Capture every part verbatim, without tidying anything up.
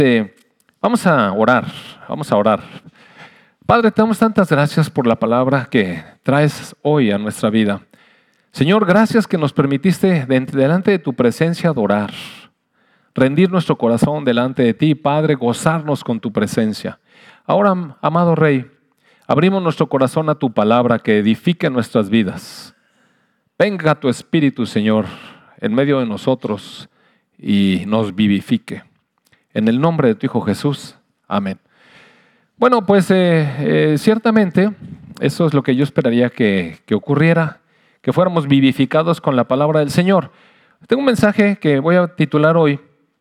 Eh, vamos a orar, vamos a orar. Padre, te damos tantas gracias por la palabra que traes hoy a nuestra vida. Señor, gracias que nos permitiste de entre- delante de tu presencia adorar, rendir nuestro corazón delante de ti, Padre, gozarnos con tu presencia. Ahora, amado Rey, abrimos nuestro corazón a tu palabra que edifique nuestras vidas. Venga tu Espíritu, Señor, en medio de nosotros y nos vivifique. En el nombre de tu Hijo Jesús. Amén. Bueno, pues eh, eh, ciertamente eso es lo que yo esperaría que, que ocurriera, que fuéramos vivificados con la palabra del Señor. Tengo un mensaje que voy a titular hoy: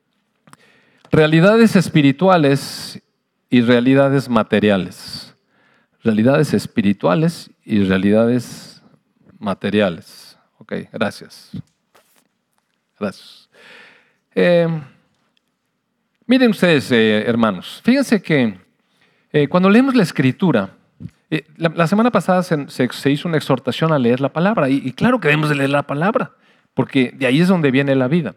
Realidades espirituales y realidades materiales. Realidades espirituales y realidades materiales. Ok, gracias. Gracias. Eh, Miren ustedes, eh, hermanos, fíjense que eh, cuando leemos la Escritura, eh, la, la semana pasada se, se, se hizo una exhortación a leer la palabra, y, y claro que debemos de leer la palabra, porque de ahí es donde viene la vida.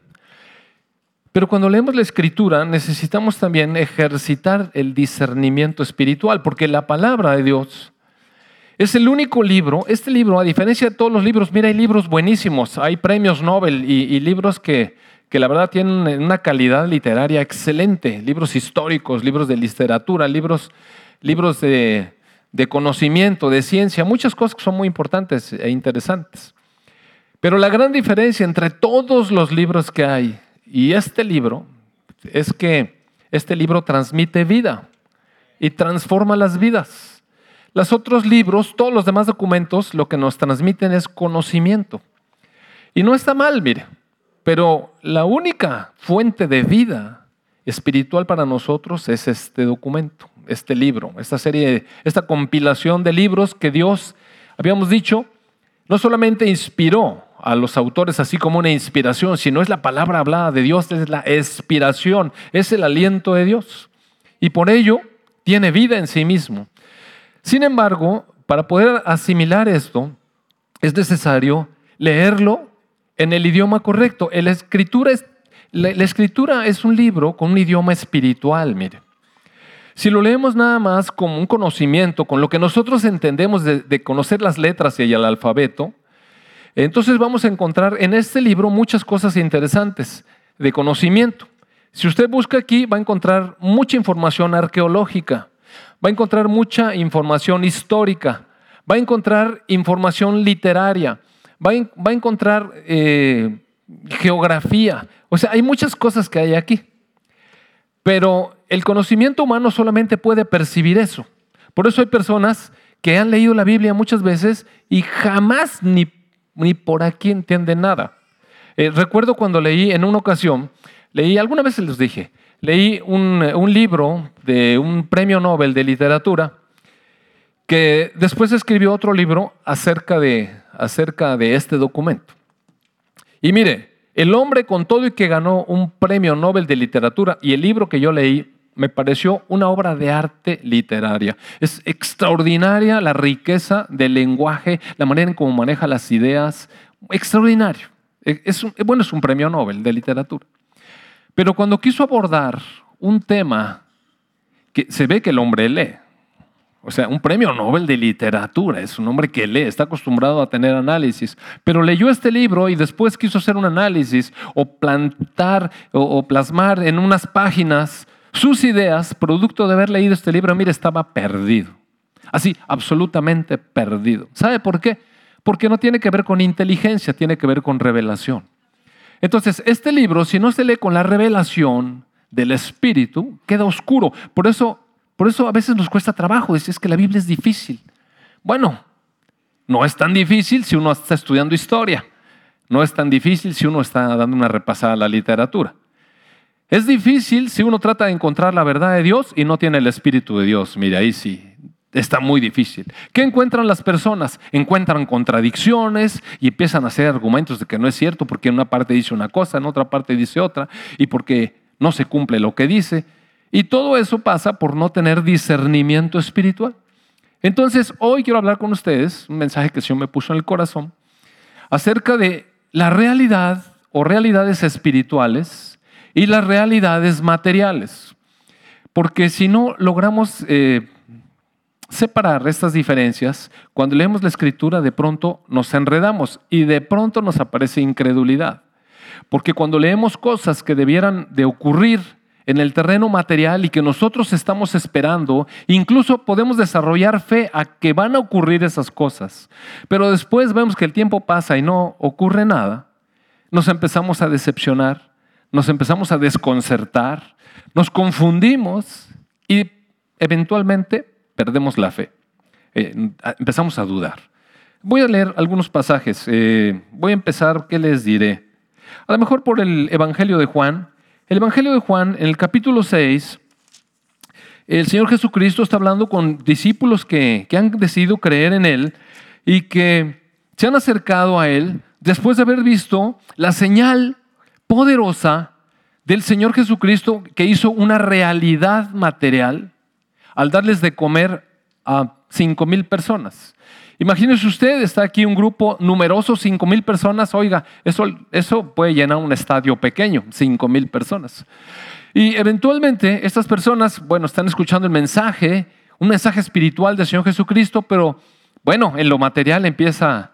Pero cuando leemos la Escritura necesitamos también ejercitar el discernimiento espiritual, porque la palabra de Dios es el único libro. Este libro, a diferencia de todos los libros, mira, hay libros buenísimos, hay premios Nobel y, y libros que... que la verdad tienen una calidad literaria excelente, libros históricos, libros de literatura, libros, libros de, de conocimiento, de ciencia, muchas cosas que son muy importantes e interesantes. Pero la gran diferencia entre todos los libros que hay y este libro es que este libro transmite vida y transforma las vidas. Los otros libros, todos los demás documentos, lo que nos transmiten es conocimiento. Y no está mal, mire. Pero la única fuente de vida espiritual para nosotros es este documento, este libro, esta serie, esta compilación de libros que Dios, habíamos dicho, no solamente inspiró a los autores así como una inspiración, sino es la palabra hablada de Dios, es la expiración, es el aliento de Dios. Y por ello tiene vida en sí mismo. Sin embargo, para poder asimilar esto, es necesario leerlo en el idioma correcto. La escritura, es, la, la escritura es un libro con un idioma espiritual, mire. Si lo leemos nada más como un conocimiento, con lo que nosotros entendemos de, de conocer las letras y el alfabeto, entonces vamos a encontrar en este libro muchas cosas interesantes de conocimiento. Si usted busca aquí, va a encontrar mucha información arqueológica, va a encontrar mucha información histórica, va a encontrar información literaria, Va a, va a encontrar eh, geografía. O sea, hay muchas cosas que hay aquí. Pero el conocimiento humano solamente puede percibir eso. Por eso hay personas que han leído la Biblia muchas veces y jamás ni, ni por aquí entienden nada. Eh, recuerdo cuando leí en una ocasión, leí, alguna vez les dije, leí un, un libro de un premio Nobel de literatura que después escribió otro libro acerca de, acerca de este documento. Y mire, el hombre con todo y que ganó un premio Nobel de literatura, y el libro que yo leí me pareció una obra de arte literaria. Es extraordinaria la riqueza del lenguaje, la manera en cómo maneja las ideas, extraordinario. Es un, bueno, es un premio Nobel de literatura. Pero cuando quiso abordar un tema que se ve que el hombre lee, o sea, un premio Nobel de literatura, es un hombre que lee, está acostumbrado a tener análisis, pero leyó este libro y después quiso hacer un análisis o plantar o, o plasmar en unas páginas sus ideas, producto de haber leído este libro. Mire, estaba perdido, así, absolutamente perdido. ¿Sabe por qué? Porque no tiene que ver con inteligencia, tiene que ver con revelación. Entonces, este libro, si no se lee con la revelación del Espíritu, queda oscuro. Por eso Por eso a veces nos cuesta trabajo decir, es que la Biblia es difícil. Bueno, no es tan difícil si uno está estudiando historia. No es tan difícil si uno está dando una repasada a la literatura. Es difícil si uno trata de encontrar la verdad de Dios y no tiene el Espíritu de Dios. Mire, ahí sí, está muy difícil. ¿Qué encuentran las personas? Encuentran contradicciones y empiezan a hacer argumentos de que no es cierto porque en una parte dice una cosa, en otra parte dice otra, y porque no se cumple lo que dice. Y todo eso pasa por no tener discernimiento espiritual. Entonces, hoy quiero hablar con ustedes, un mensaje que el Señor me puso en el corazón, acerca de la realidad o realidades espirituales y las realidades materiales. Porque si no logramos eh, separar estas diferencias, cuando leemos la Escritura de pronto nos enredamos y de pronto nos aparece incredulidad. Porque cuando leemos cosas que debieran de ocurrir en el terreno material y que nosotros estamos esperando, incluso podemos desarrollar fe a que van a ocurrir esas cosas. Pero después vemos que el tiempo pasa y no ocurre nada. Nos empezamos a decepcionar, nos empezamos a desconcertar, nos confundimos y eventualmente perdemos la fe. Eh, empezamos a dudar. Voy a leer algunos pasajes. Eh, voy a empezar, ¿qué les diré? A lo mejor por el Evangelio de Juan. El Evangelio de Juan, en el capítulo seis, el Señor Jesucristo está hablando con discípulos que, que han decidido creer en Él y que se han acercado a Él después de haber visto la señal poderosa del Señor Jesucristo que hizo una realidad material al darles de comer a cinco mil personas. Imagínense usted, está aquí un grupo numeroso, cinco mil personas. Oiga, eso, eso puede llenar un estadio pequeño, cinco mil personas. Y eventualmente estas personas, bueno, están escuchando el mensaje, un mensaje espiritual del Señor Jesucristo, pero bueno, en lo material empieza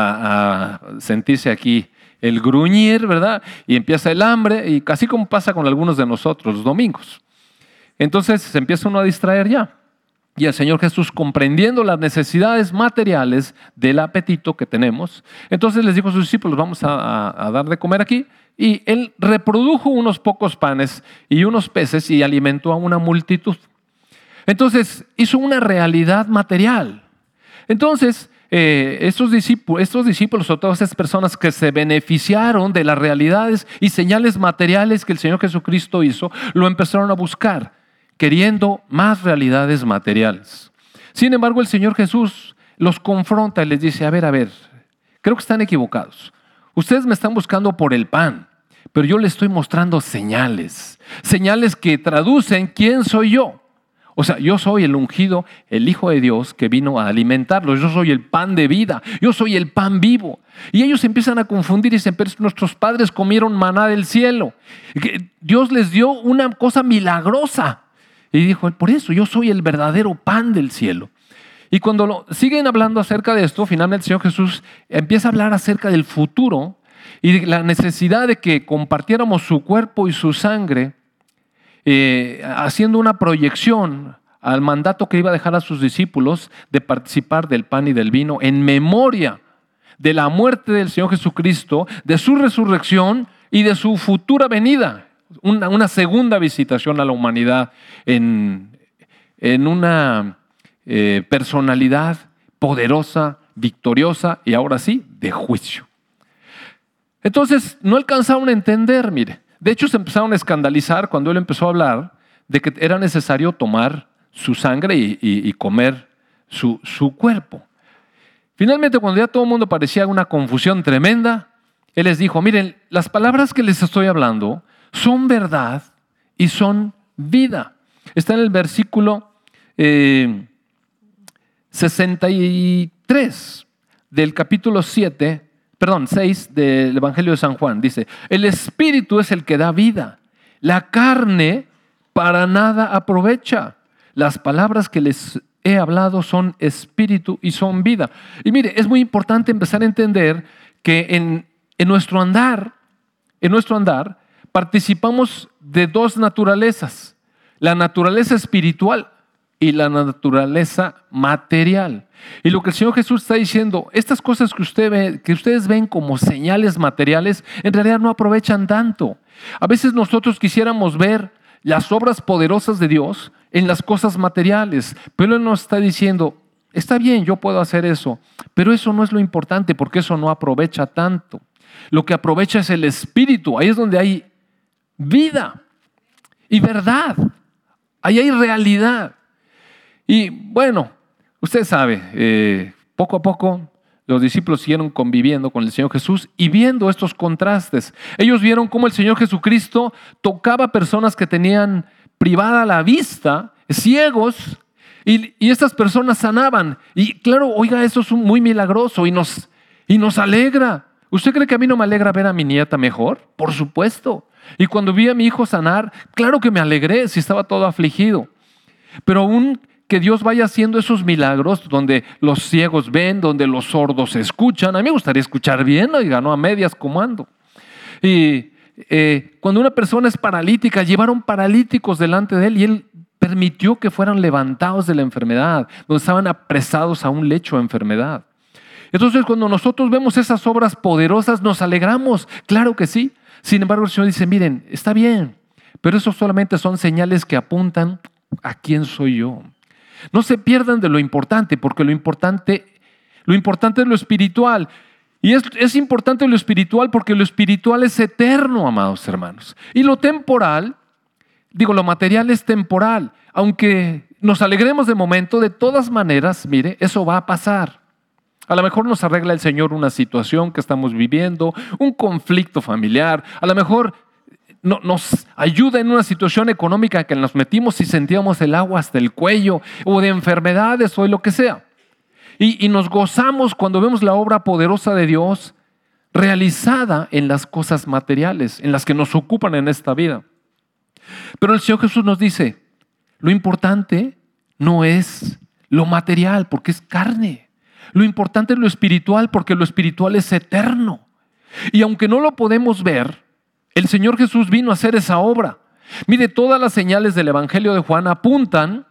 a, a sentirse aquí el gruñir, ¿verdad? Y empieza el hambre, y casi como pasa con algunos de nosotros los domingos. Entonces se empieza uno a distraer ya. Y el Señor Jesús, comprendiendo las necesidades materiales del apetito que tenemos, entonces les dijo a sus discípulos, vamos a, a, a dar de comer aquí. Y Él reprodujo unos pocos panes y unos peces y alimentó a una multitud. Entonces hizo una realidad material. Entonces eh, estos, discípulos, estos discípulos o todas esas personas que se beneficiaron de las realidades y señales materiales que el Señor Jesucristo hizo, lo empezaron a buscar, queriendo más realidades materiales. Sin embargo, el Señor Jesús los confronta y les dice, a ver, a ver, creo que están equivocados. Ustedes me están buscando por el pan, pero yo les estoy mostrando señales, señales que traducen quién soy yo. O sea, yo soy el ungido, el Hijo de Dios que vino a alimentarlos. Yo soy el pan de vida, yo soy el pan vivo. Y ellos empiezan a confundir y dicen, pero nuestros padres comieron maná del cielo. Dios les dio una cosa milagrosa. Y dijo, por eso yo soy el verdadero pan del cielo. Y cuando lo, siguen hablando acerca de esto, finalmente el Señor Jesús empieza a hablar acerca del futuro y de la necesidad de que compartiéramos su cuerpo y su sangre, eh, haciendo una proyección al mandato que iba a dejar a sus discípulos de participar del pan y del vino en memoria de la muerte del Señor Jesucristo, de su resurrección y de su futura venida. Una, una segunda visitación a la humanidad en, en una eh, personalidad poderosa, victoriosa y ahora sí, de juicio. Entonces, no alcanzaron a entender, mire. De hecho, se empezaron a escandalizar cuando él empezó a hablar de que era necesario tomar su sangre y, y, y comer su, su cuerpo. Finalmente, cuando ya todo el mundo parecía una confusión tremenda, él les dijo, miren, las palabras que les estoy hablando son verdad y son vida. Está en el versículo eh, sesenta y tres del capítulo siete, perdón, seis del Evangelio de San Juan. Dice, el Espíritu es el que da vida. La carne para nada aprovecha. Las palabras que les he hablado son espíritu y son vida. Y mire, es muy importante empezar a entender que en, en nuestro andar, en nuestro andar, participamos de dos naturalezas, la naturaleza espiritual y la naturaleza material. Y lo que el Señor Jesús está diciendo, estas cosas que, usted ve, que ustedes ven como señales materiales, en realidad no aprovechan tanto. A veces nosotros quisiéramos ver las obras poderosas de Dios en las cosas materiales, pero Él nos está diciendo, está bien, yo puedo hacer eso, pero eso no es lo importante porque eso no aprovecha tanto. Lo que aprovecha es el espíritu, ahí es donde hay vida y verdad, ahí hay realidad. Y bueno, usted sabe, eh, poco a poco los discípulos siguieron conviviendo con el Señor Jesús y viendo estos contrastes. Ellos vieron cómo el Señor Jesucristo tocaba a personas que tenían privada la vista, ciegos, y, y estas personas sanaban. Y claro, oiga, eso es muy milagroso y nos, y nos alegra. ¿Usted cree que a mí no me alegra ver a mi nieta mejor? Por supuesto. Y cuando vi a mi hijo sanar, claro que me alegré si estaba todo afligido. Pero aún que Dios vaya haciendo esos milagros donde los ciegos ven, donde los sordos escuchan. A mí me gustaría escuchar bien, oiga, no a medias como ando. Y eh, cuando una persona es paralítica, llevaron paralíticos delante de él y él permitió que fueran levantados de la enfermedad, donde estaban apresados a un lecho de enfermedad. Entonces, cuando nosotros vemos esas obras poderosas, nos alegramos, claro que sí. Sin embargo, el Señor dice, miren, está bien, pero eso solamente son señales que apuntan a quién soy yo. No se pierdan de lo importante, porque lo importante, lo importante es lo espiritual. Y es, es importante lo espiritual porque lo espiritual es eterno, amados hermanos. Y lo temporal, digo, lo material es temporal. Aunque nos alegremos de momento, de todas maneras, mire, eso va a pasar. A lo mejor nos arregla el Señor una situación que estamos viviendo, un conflicto familiar. A lo mejor no, nos ayuda en una situación económica que nos metimos y sentíamos el agua hasta el cuello, o de enfermedades o de lo que sea. Y, y nos gozamos cuando vemos la obra poderosa de Dios realizada en las cosas materiales, en las que nos ocupan en esta vida. Pero el Señor Jesús nos dice, lo importante no es lo material, porque es carne. Lo importante es lo espiritual, porque lo espiritual es eterno. Y aunque no lo podemos ver, el Señor Jesús vino a hacer esa obra. Mire, todas las señales del Evangelio de Juan apuntan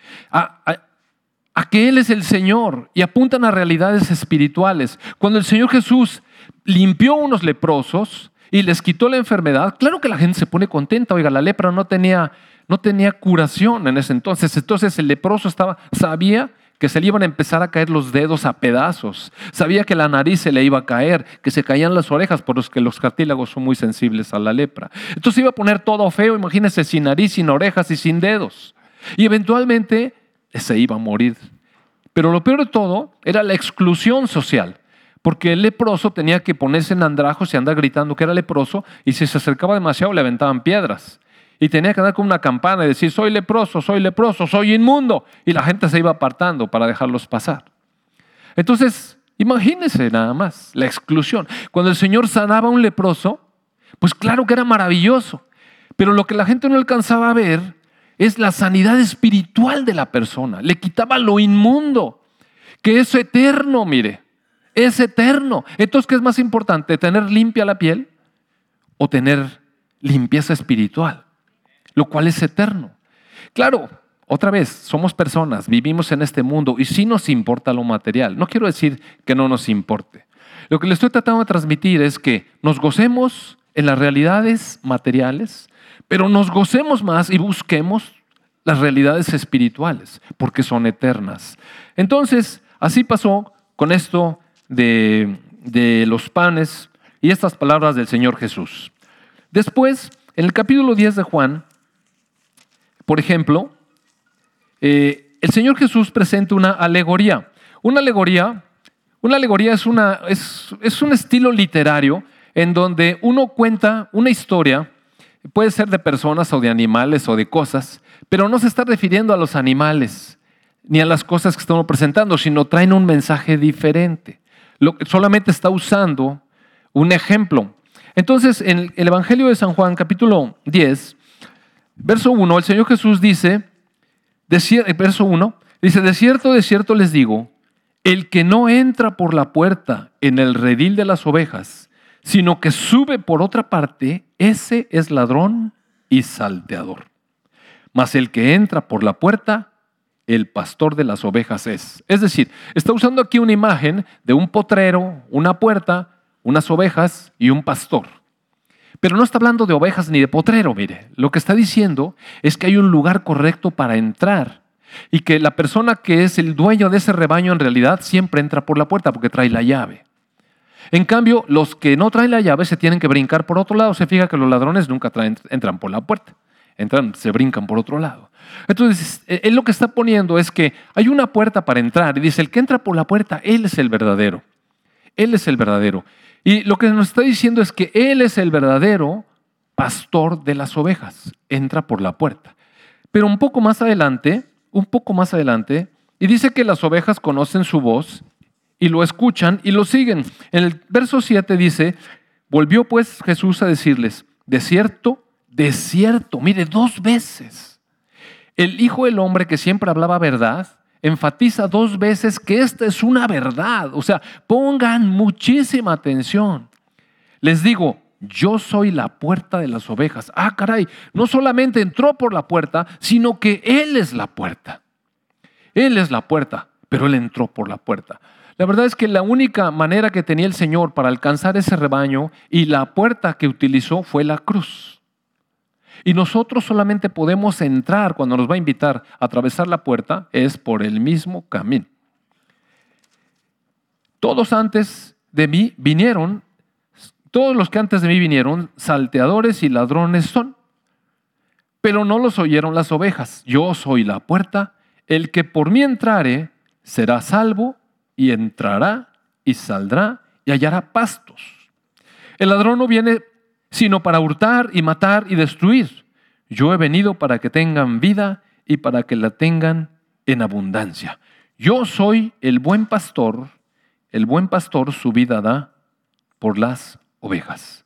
a, a, a que Él es el Señor y apuntan a realidades espirituales. Cuando el Señor Jesús limpió a unos leprosos y les quitó la enfermedad, claro que la gente se pone contenta. Oiga, la lepra no tenía, no tenía curación en ese entonces. Entonces el leproso estaba, sabía que se le iban a empezar a caer los dedos a pedazos. Sabía que la nariz se le iba a caer, que se caían las orejas, por los que los cartílagos son muy sensibles a la lepra. Entonces iba a poner todo feo, imagínense, sin nariz, sin orejas y sin dedos. Y eventualmente se iba a morir. Pero lo peor de todo era la exclusión social, porque el leproso tenía que ponerse en andrajos y andar gritando que era leproso, y si se acercaba demasiado le aventaban piedras. Y tenía que andar con una campana y decir, soy leproso, soy leproso, soy inmundo. Y la gente se iba apartando para dejarlos pasar. Entonces, imagínense nada más la exclusión. Cuando el Señor sanaba a un leproso, pues claro que era maravilloso. Pero lo que la gente no alcanzaba a ver es la sanidad espiritual de la persona. Le quitaba lo inmundo, que es eterno, mire. Es eterno. Entonces, ¿qué es más importante? ¿Tener limpia la piel o tener limpieza espiritual? Lo cual es eterno. Claro, otra vez, somos personas, vivimos en este mundo y sí nos importa lo material. No quiero decir que no nos importe. Lo que le estoy tratando de transmitir es que nos gocemos en las realidades materiales, pero nos gocemos más y busquemos las realidades espirituales, porque son eternas. Entonces, así pasó con esto de, de los panes y estas palabras del Señor Jesús. Después, en el capítulo diez de Juan, por ejemplo, eh, el Señor Jesús presenta una alegoría. Una alegoría, una alegoría es, una, es, es un estilo literario en donde uno cuenta una historia, puede ser de personas o de animales o de cosas, pero no se está refiriendo a los animales ni a las cosas que estamos presentando, sino traen un mensaje diferente. Lo, solamente está usando un ejemplo. Entonces, en el Evangelio de San Juan, capítulo diez, verso uno, el Señor Jesús dice, de, verso uno, dice, de cierto, de cierto les digo, el que no entra por la puerta en el redil de las ovejas, sino que sube por otra parte, ese es ladrón y salteador. Mas el que entra por la puerta, el pastor de las ovejas es. Es decir, está usando aquí una imagen de un potrero, una puerta, unas ovejas y un pastor. Pero no está hablando de ovejas ni de potrero, mire. Lo que está diciendo es que hay un lugar correcto para entrar y que la persona que es el dueño de ese rebaño en realidad siempre entra por la puerta porque trae la llave. En cambio, los que no traen la llave se tienen que brincar por otro lado. Se fija que los ladrones nunca traen, entran por la puerta. Entran, se brincan por otro lado. Entonces, él lo que está poniendo es que hay una puerta para entrar y dice, el que entra por la puerta, él es el verdadero. Él es el verdadero. Y lo que nos está diciendo es que Él es el verdadero pastor de las ovejas. Entra por la puerta. Pero un poco más adelante, un poco más adelante, y dice que las ovejas conocen su voz y lo escuchan y lo siguen. En el verso siete dice, volvió pues Jesús a decirles, de cierto, de cierto, mire, dos veces. El Hijo del Hombre, que siempre hablaba verdad, enfatiza dos veces que esta es una verdad. O sea, pongan muchísima atención. Les digo, yo soy la puerta de las ovejas. Ah, caray, no solamente entró por la puerta, sino que Él es la puerta. Él es la puerta, pero Él entró por la puerta. La verdad es que la única manera que tenía el Señor para alcanzar ese rebaño y la puerta que utilizó fue la cruz. Y nosotros solamente podemos entrar cuando nos va a invitar a atravesar la puerta es por el mismo camino. Todos antes de mí vinieron, todos los que antes de mí vinieron, salteadores y ladrones son, pero no los oyeron las ovejas. Yo soy la puerta, el que por mí entrare será salvo y entrará y saldrá y hallará pastos. El ladrón no viene sino para hurtar y matar y destruir. Yo he venido para que tengan vida y para que la tengan en abundancia. Yo soy el buen pastor, el buen pastor su vida da por las ovejas.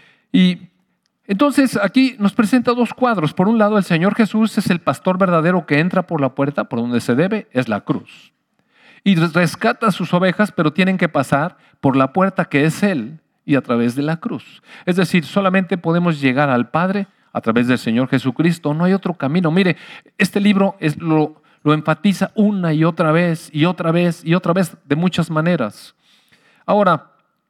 Y entonces aquí nos presenta dos cuadros. Por un lado, el Señor Jesús es el pastor verdadero que entra por la puerta, por donde se debe, es la cruz. Y rescata a sus ovejas, pero tienen que pasar por la puerta que es Él y a través de la cruz. Es decir, solamente podemos llegar al Padre a través del Señor Jesucristo. No hay otro camino. Mire, este libro es, lo, lo enfatiza una y otra vez y otra vez y otra vez de muchas maneras. Ahora,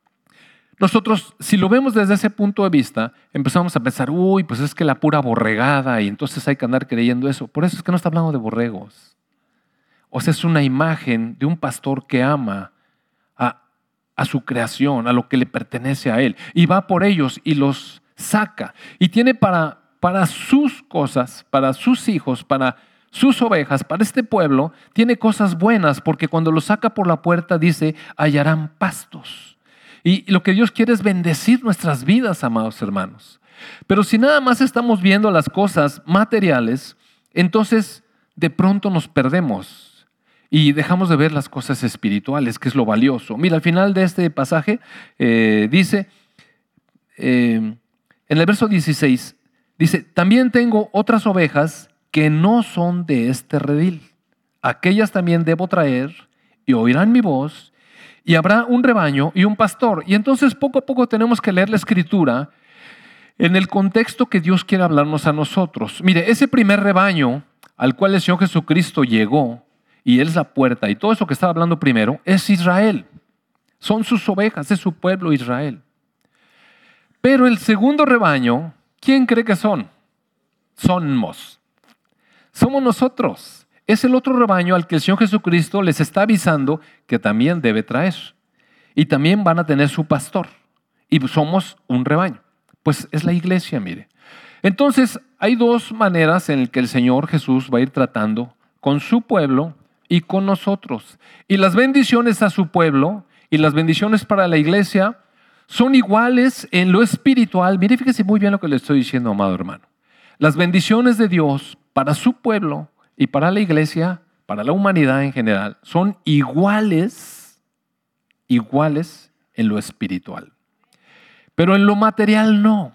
nosotros, si lo vemos desde ese punto de vista, empezamos a pensar, uy, pues es que la pura borregada y entonces hay que andar creyendo eso. Por eso es que no está hablando de borregos. O sea, es una imagen de un pastor que ama a, a su creación, a lo que le pertenece a él. Y va por ellos y los saca. Y tiene para, para sus cosas, para sus hijos, para sus ovejas, para este pueblo, tiene cosas buenas, porque cuando los saca por la puerta dice, hallarán pastos. Y lo que Dios quiere es bendecir nuestras vidas, amados hermanos. Pero si nada más estamos viendo las cosas materiales, entonces de pronto nos perdemos y dejamos de ver las cosas espirituales, que es lo valioso. Mira, al final de este pasaje eh, dice, eh, en el verso dieciséis, dice, también tengo otras ovejas que no son de este redil. Aquellas también debo traer y oirán mi voz y habrá un rebaño y un pastor. Y entonces poco a poco tenemos que leer la Escritura en el contexto que Dios quiere hablarnos a nosotros. Mire, ese primer rebaño al cual el Señor Jesucristo llegó, y Él es la puerta, y todo eso que estaba hablando primero, es Israel. Son sus ovejas, es su pueblo Israel. Pero el segundo rebaño, ¿quién cree que son? Somos. Somos nosotros. Es el otro rebaño al que el Señor Jesucristo les está avisando que también debe traer. Y también van a tener su pastor. Y somos un rebaño. Pues es la iglesia, mire. Entonces, hay dos maneras en las que el Señor Jesús va a ir tratando con su pueblo y con nosotros. Y las bendiciones a su pueblo y las bendiciones para la iglesia son iguales en lo espiritual. Mire, fíjese muy bien lo que le estoy diciendo, amado hermano. Las bendiciones de Dios para su pueblo y para la iglesia, para la humanidad en general, son iguales, iguales en lo espiritual. Pero en lo material no.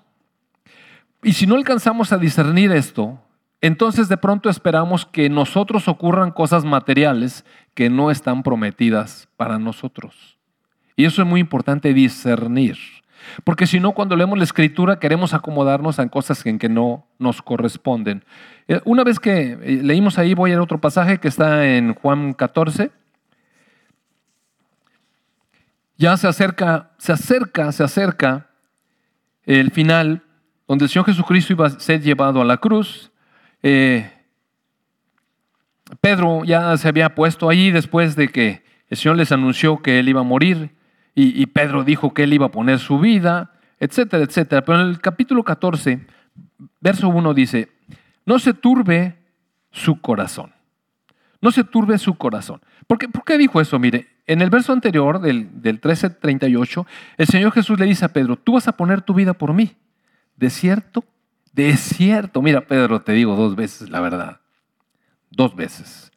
Y si no alcanzamos a discernir esto, entonces de pronto esperamos que en nosotros ocurran cosas materiales que no están prometidas para nosotros. Y eso es muy importante discernir. Porque si no, cuando leemos la Escritura queremos acomodarnos en cosas en que no nos corresponden. Una vez que leímos ahí, voy a ir a otro pasaje que está en Juan catorce. Ya se acerca, se acerca, se acerca el final donde el Señor Jesucristo iba a ser llevado a la cruz. Eh, Pedro ya se había puesto allí después de que el Señor les anunció que Él iba a morir y, y Pedro dijo que Él iba a poner su vida, etcétera, etcétera. Pero en el capítulo catorce, verso uno dice, no se turbe su corazón. No se turbe su corazón. ¿Por qué, ¿Por qué dijo eso? Mire, en el verso anterior del, del trece treinta y ocho, el Señor Jesús le dice a Pedro, tú vas a poner tu vida por mí. ¿De cierto? De cierto. Mira, Pedro, te digo dos veces la verdad. Dos veces.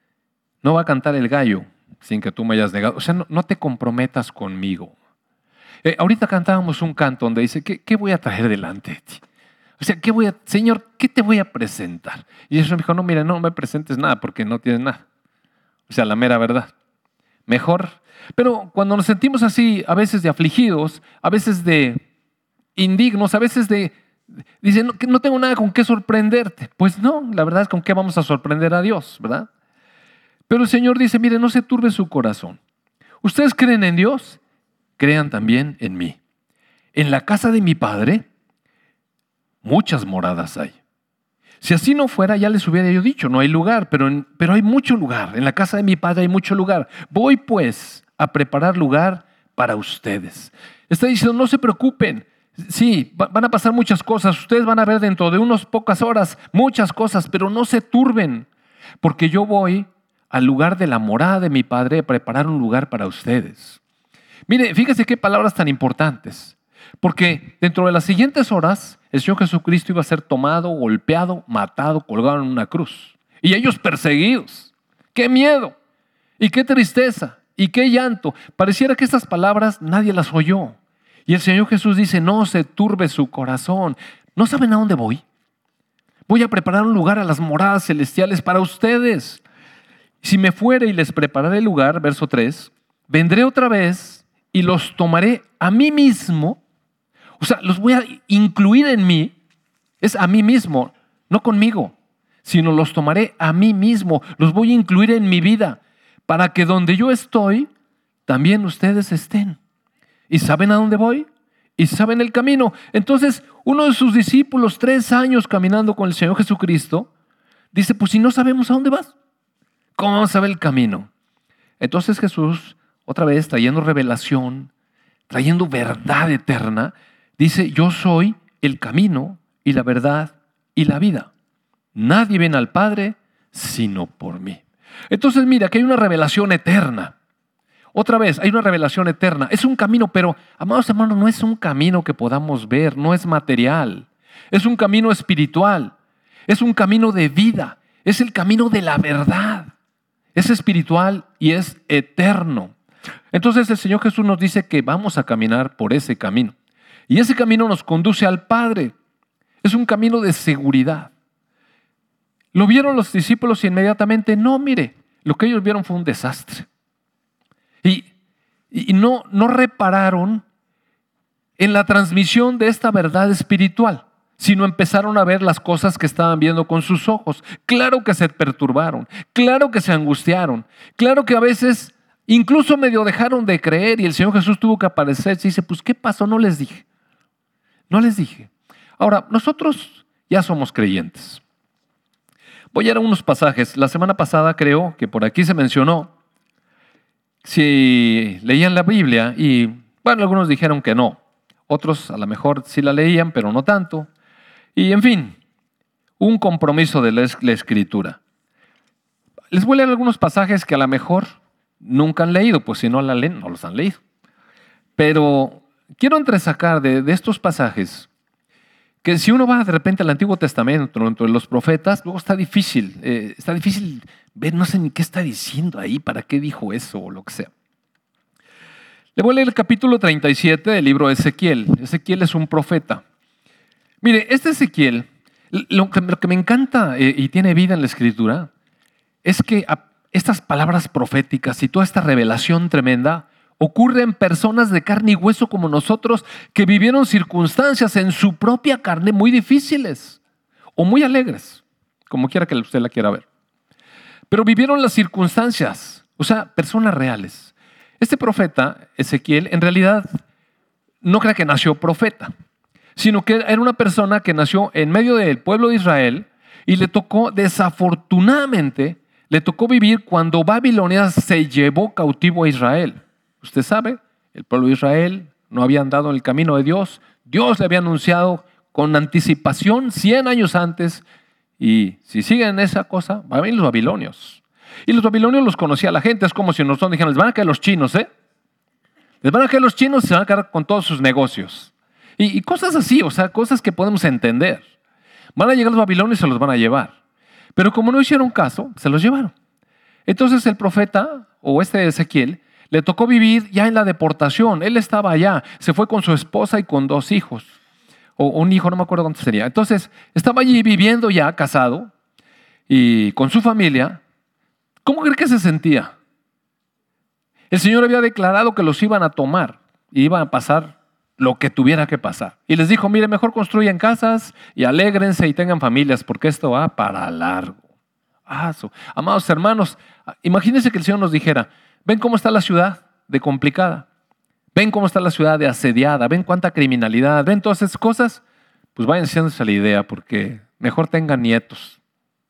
No va a cantar el gallo sin que tú me hayas negado. O sea, no, no te comprometas conmigo. Eh, ahorita cantábamos un canto donde dice, ¿qué, qué voy a traer delante de ti? O sea, ¿qué voy a, Señor, ¿qué te voy a presentar? Y Jesús me dijo, no, mira, no me presentes nada porque no tienes nada. O sea, la mera verdad. Mejor. Pero cuando nos sentimos así, a veces de afligidos, a veces de indignos, a veces de, dicen, no, que no tengo nada con qué sorprenderte. Pues no, la verdad es con qué vamos a sorprender a Dios, ¿verdad? Pero el Señor dice, mire, no se turbe su corazón. Ustedes creen en Dios, crean también en mí. En la casa de mi Padre, muchas moradas hay. Si así no fuera, ya les hubiera yo dicho, no hay lugar, pero, en, pero hay mucho lugar. En la casa de mi Padre hay mucho lugar. Voy pues a preparar lugar para ustedes. Está diciendo, no se preocupen. Sí, van a pasar muchas cosas. Ustedes van a ver dentro de unas pocas horas muchas cosas, pero no se turben, porque yo voy al lugar de la morada de mi Padre a preparar un lugar para ustedes. Mire, fíjese qué palabras tan importantes. Porque dentro de las siguientes horas, el Señor Jesucristo iba a ser tomado, golpeado, matado, colgado en una cruz. Y ellos perseguidos. ¡Qué miedo! Y qué tristeza. Y qué llanto. Pareciera que estas palabras nadie las oyó. Y el Señor Jesús dice, no se turbe su corazón. ¿No saben a dónde voy? Voy a preparar un lugar a las moradas celestiales para ustedes. Si me fuere y les prepararé el lugar, verso tres, vendré otra vez y los tomaré a mí mismo. O sea, los voy a incluir en mí. Es a mí mismo, no conmigo, sino los tomaré a mí mismo. Los voy a incluir en mi vida para que donde yo estoy, también ustedes estén. ¿Y saben a dónde voy? ¿Y saben el camino? Entonces, uno de sus discípulos, tres años caminando con el Señor Jesucristo, dice, pues si no sabemos a dónde vas, ¿cómo vamos a saber el camino? Entonces Jesús, otra vez trayendo revelación, trayendo verdad eterna, dice, yo soy el camino y la verdad y la vida. Nadie viene al Padre sino por mí. Entonces mira, que hay una revelación eterna. Otra vez, hay una revelación eterna. Es un camino, pero, amados hermanos, no es un camino que podamos ver, no es material. Es un camino espiritual. Es un camino de vida. Es el camino de la verdad. Es espiritual y es eterno. Entonces el Señor Jesús nos dice que vamos a caminar por ese camino. Y ese camino nos conduce al Padre. Es un camino de seguridad. ¿Lo vieron los discípulos inmediatamente? No, mire, lo que ellos vieron fue un desastre. Y, y no, no repararon en la transmisión de esta verdad espiritual, sino empezaron a ver las cosas que estaban viendo con sus ojos. Claro que se perturbaron, claro que se angustiaron, claro que a veces incluso medio dejaron de creer y el Señor Jesús tuvo que aparecer y dice, pues ¿qué pasó? No les dije, no les dije. Ahora, nosotros ya somos creyentes. Voy a ir a unos pasajes. La semana pasada creo que por aquí se mencionó, si leían la Biblia y, bueno, algunos dijeron que no, otros a lo mejor sí la leían, pero no tanto. Y en fin, un compromiso de la Escritura. Les voy a leer algunos pasajes que a lo mejor nunca han leído, pues si no la leen, no los han leído. Pero quiero entresacar de, de estos pasajes que si uno va de repente al Antiguo Testamento, entre los profetas, luego está difícil, eh, está difícil ver, no sé ni qué está diciendo ahí, para qué dijo eso o lo que sea. Le voy a leer el capítulo treinta y siete del libro de Ezequiel. Ezequiel es un profeta. Mire, este Ezequiel, lo que, lo que me encanta eh, y tiene vida en la Escritura, es que a, estas palabras proféticas y toda esta revelación tremenda ocurre en personas de carne y hueso como nosotros que vivieron circunstancias en su propia carne muy difíciles o muy alegres, como quiera que usted la quiera ver. Pero vivieron las circunstancias, o sea, personas reales. Este profeta, Ezequiel, en realidad no crea que nació profeta, sino que era una persona que nació en medio del pueblo de Israel y le tocó, desafortunadamente, le tocó vivir cuando Babilonia se llevó cautivo a Israel. Usted sabe, el pueblo de Israel no había andado en el camino de Dios. Dios le había anunciado con anticipación cien años antes. Y si siguen esa cosa, van a venir los babilonios. Y los babilonios los conocía la gente. Es como si nosotros dijeran, les van a caer los chinos, ¿eh? Les van a caer los chinos y se van a quedar con todos sus negocios. Y, y cosas así, o sea, cosas que podemos entender. Van a llegar los babilonios y se los van a llevar. Pero como no hicieron caso, se los llevaron. Entonces el profeta, o este Ezequiel, Le tocó vivir ya en la deportación. Él estaba allá. Se fue con su esposa y con dos hijos. O un hijo, no me acuerdo cuánto sería. Entonces, estaba allí viviendo ya, casado, y con su familia. ¿Cómo cree que se sentía? El Señor había declarado que los iban a tomar. Y iban a pasar lo que tuviera que pasar. Y les dijo, mire, mejor construyan casas y alégrense y tengan familias, porque esto va para largo. Ah, so. Amados hermanos, imagínense que el Señor nos dijera, ven cómo está la ciudad de complicada, ven cómo está la ciudad de asediada, ven cuánta criminalidad, ven todas esas cosas, pues vayan haciéndose la idea, porque mejor tengan nietos.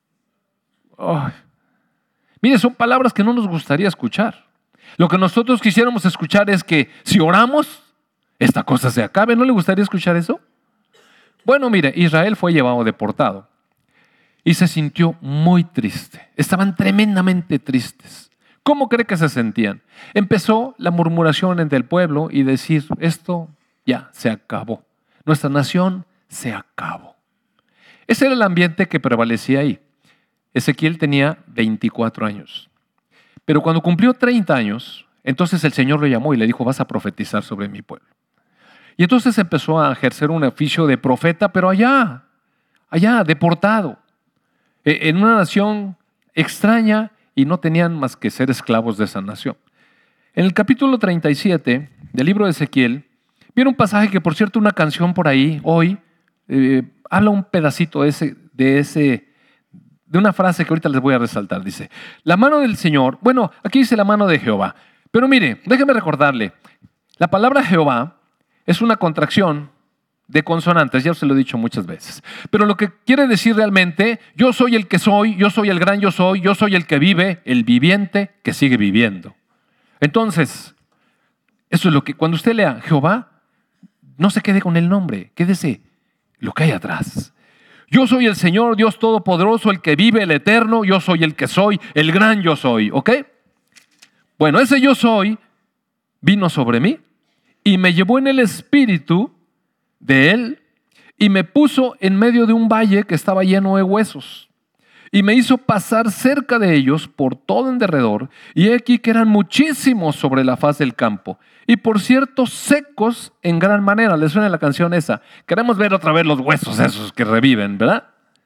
Oh. Mire, son palabras que no nos gustaría escuchar. Lo que nosotros quisiéramos escuchar es que si oramos, esta cosa se acabe. ¿No le gustaría escuchar eso? Bueno, mire, Israel fue llevado deportado y se sintió muy triste. Estaban tremendamente tristes. ¿Cómo cree que se sentían? Empezó la murmuración entre el pueblo y decir, esto ya se acabó. Nuestra nación se acabó. Ese era el ambiente que prevalecía ahí. Ezequiel tenía veinticuatro años. Pero cuando cumplió treinta años, entonces el Señor lo llamó y le dijo, vas a profetizar sobre mi pueblo. Y entonces empezó a ejercer un oficio de profeta, pero allá, allá, deportado, en una nación extraña y no tenían más que ser esclavos de esa nación. En el capítulo treinta y siete del libro de Ezequiel, viene un pasaje que, por cierto, una canción por ahí, hoy, eh, habla un pedacito de, ese, de, ese, de una frase que ahorita les voy a resaltar. Dice, la mano del Señor, bueno, aquí dice la mano de Jehová, pero mire, déjeme recordarle, la palabra Jehová es una contracción de consonantes, ya se lo he dicho muchas veces. Pero lo que quiere decir realmente, yo soy el que soy, yo soy el gran yo soy, yo soy el que vive, el viviente que sigue viviendo. Entonces, eso es lo que, cuando usted lea Jehová, no se quede con el nombre, quédese lo que hay atrás. Yo soy el Señor, Dios Todopoderoso, el que vive, el eterno, yo soy el que soy, el gran yo soy, ¿ok? Bueno, ese yo soy vino sobre mí y me llevó en el espíritu de él y me puso en medio de un valle que estaba lleno de huesos y me hizo pasar cerca de ellos por todo en derredor y he aquí que eran muchísimos sobre la faz del campo y por cierto secos en gran manera. ¿Les suena la canción esa? Queremos ver otra vez los huesos esos que reviven, ¿verdad?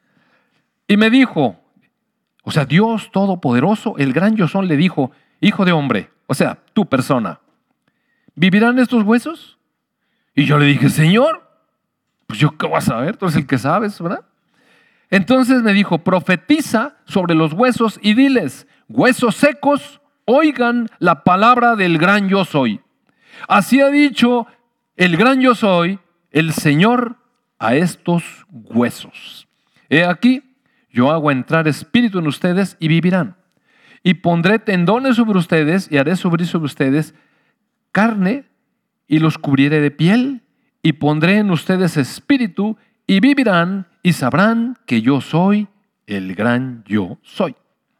Y me dijo, o sea, Dios Todopoderoso, el gran yo soy, le dijo, hijo de hombre, o sea, tu persona, ¿vivirán estos huesos? Y yo le dije, Señor, pues yo qué voy a saber, tú eres el que sabes, ¿verdad? Entonces me dijo, profetiza sobre los huesos y diles, huesos secos, oigan la palabra del gran yo soy. Así ha dicho el gran yo soy, el Señor, a estos huesos. He aquí, yo hago entrar espíritu en ustedes y vivirán. Y pondré tendones sobre ustedes y haré subir sobre ustedes carne y los cubriré de piel y pondré en ustedes espíritu y vivirán y sabrán que yo soy el gran yo soy.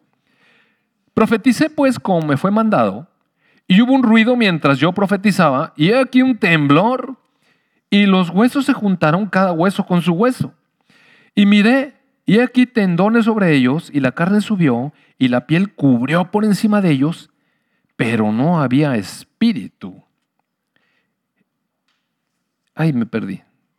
Profeticé pues como me fue mandado y hubo un ruido mientras yo profetizaba y he aquí un temblor y los huesos se juntaron cada hueso con su hueso. Y miré y he aquí tendones sobre ellos y la carne subió y la piel cubrió por encima de ellos, pero no había espíritu. Ay, me perdí.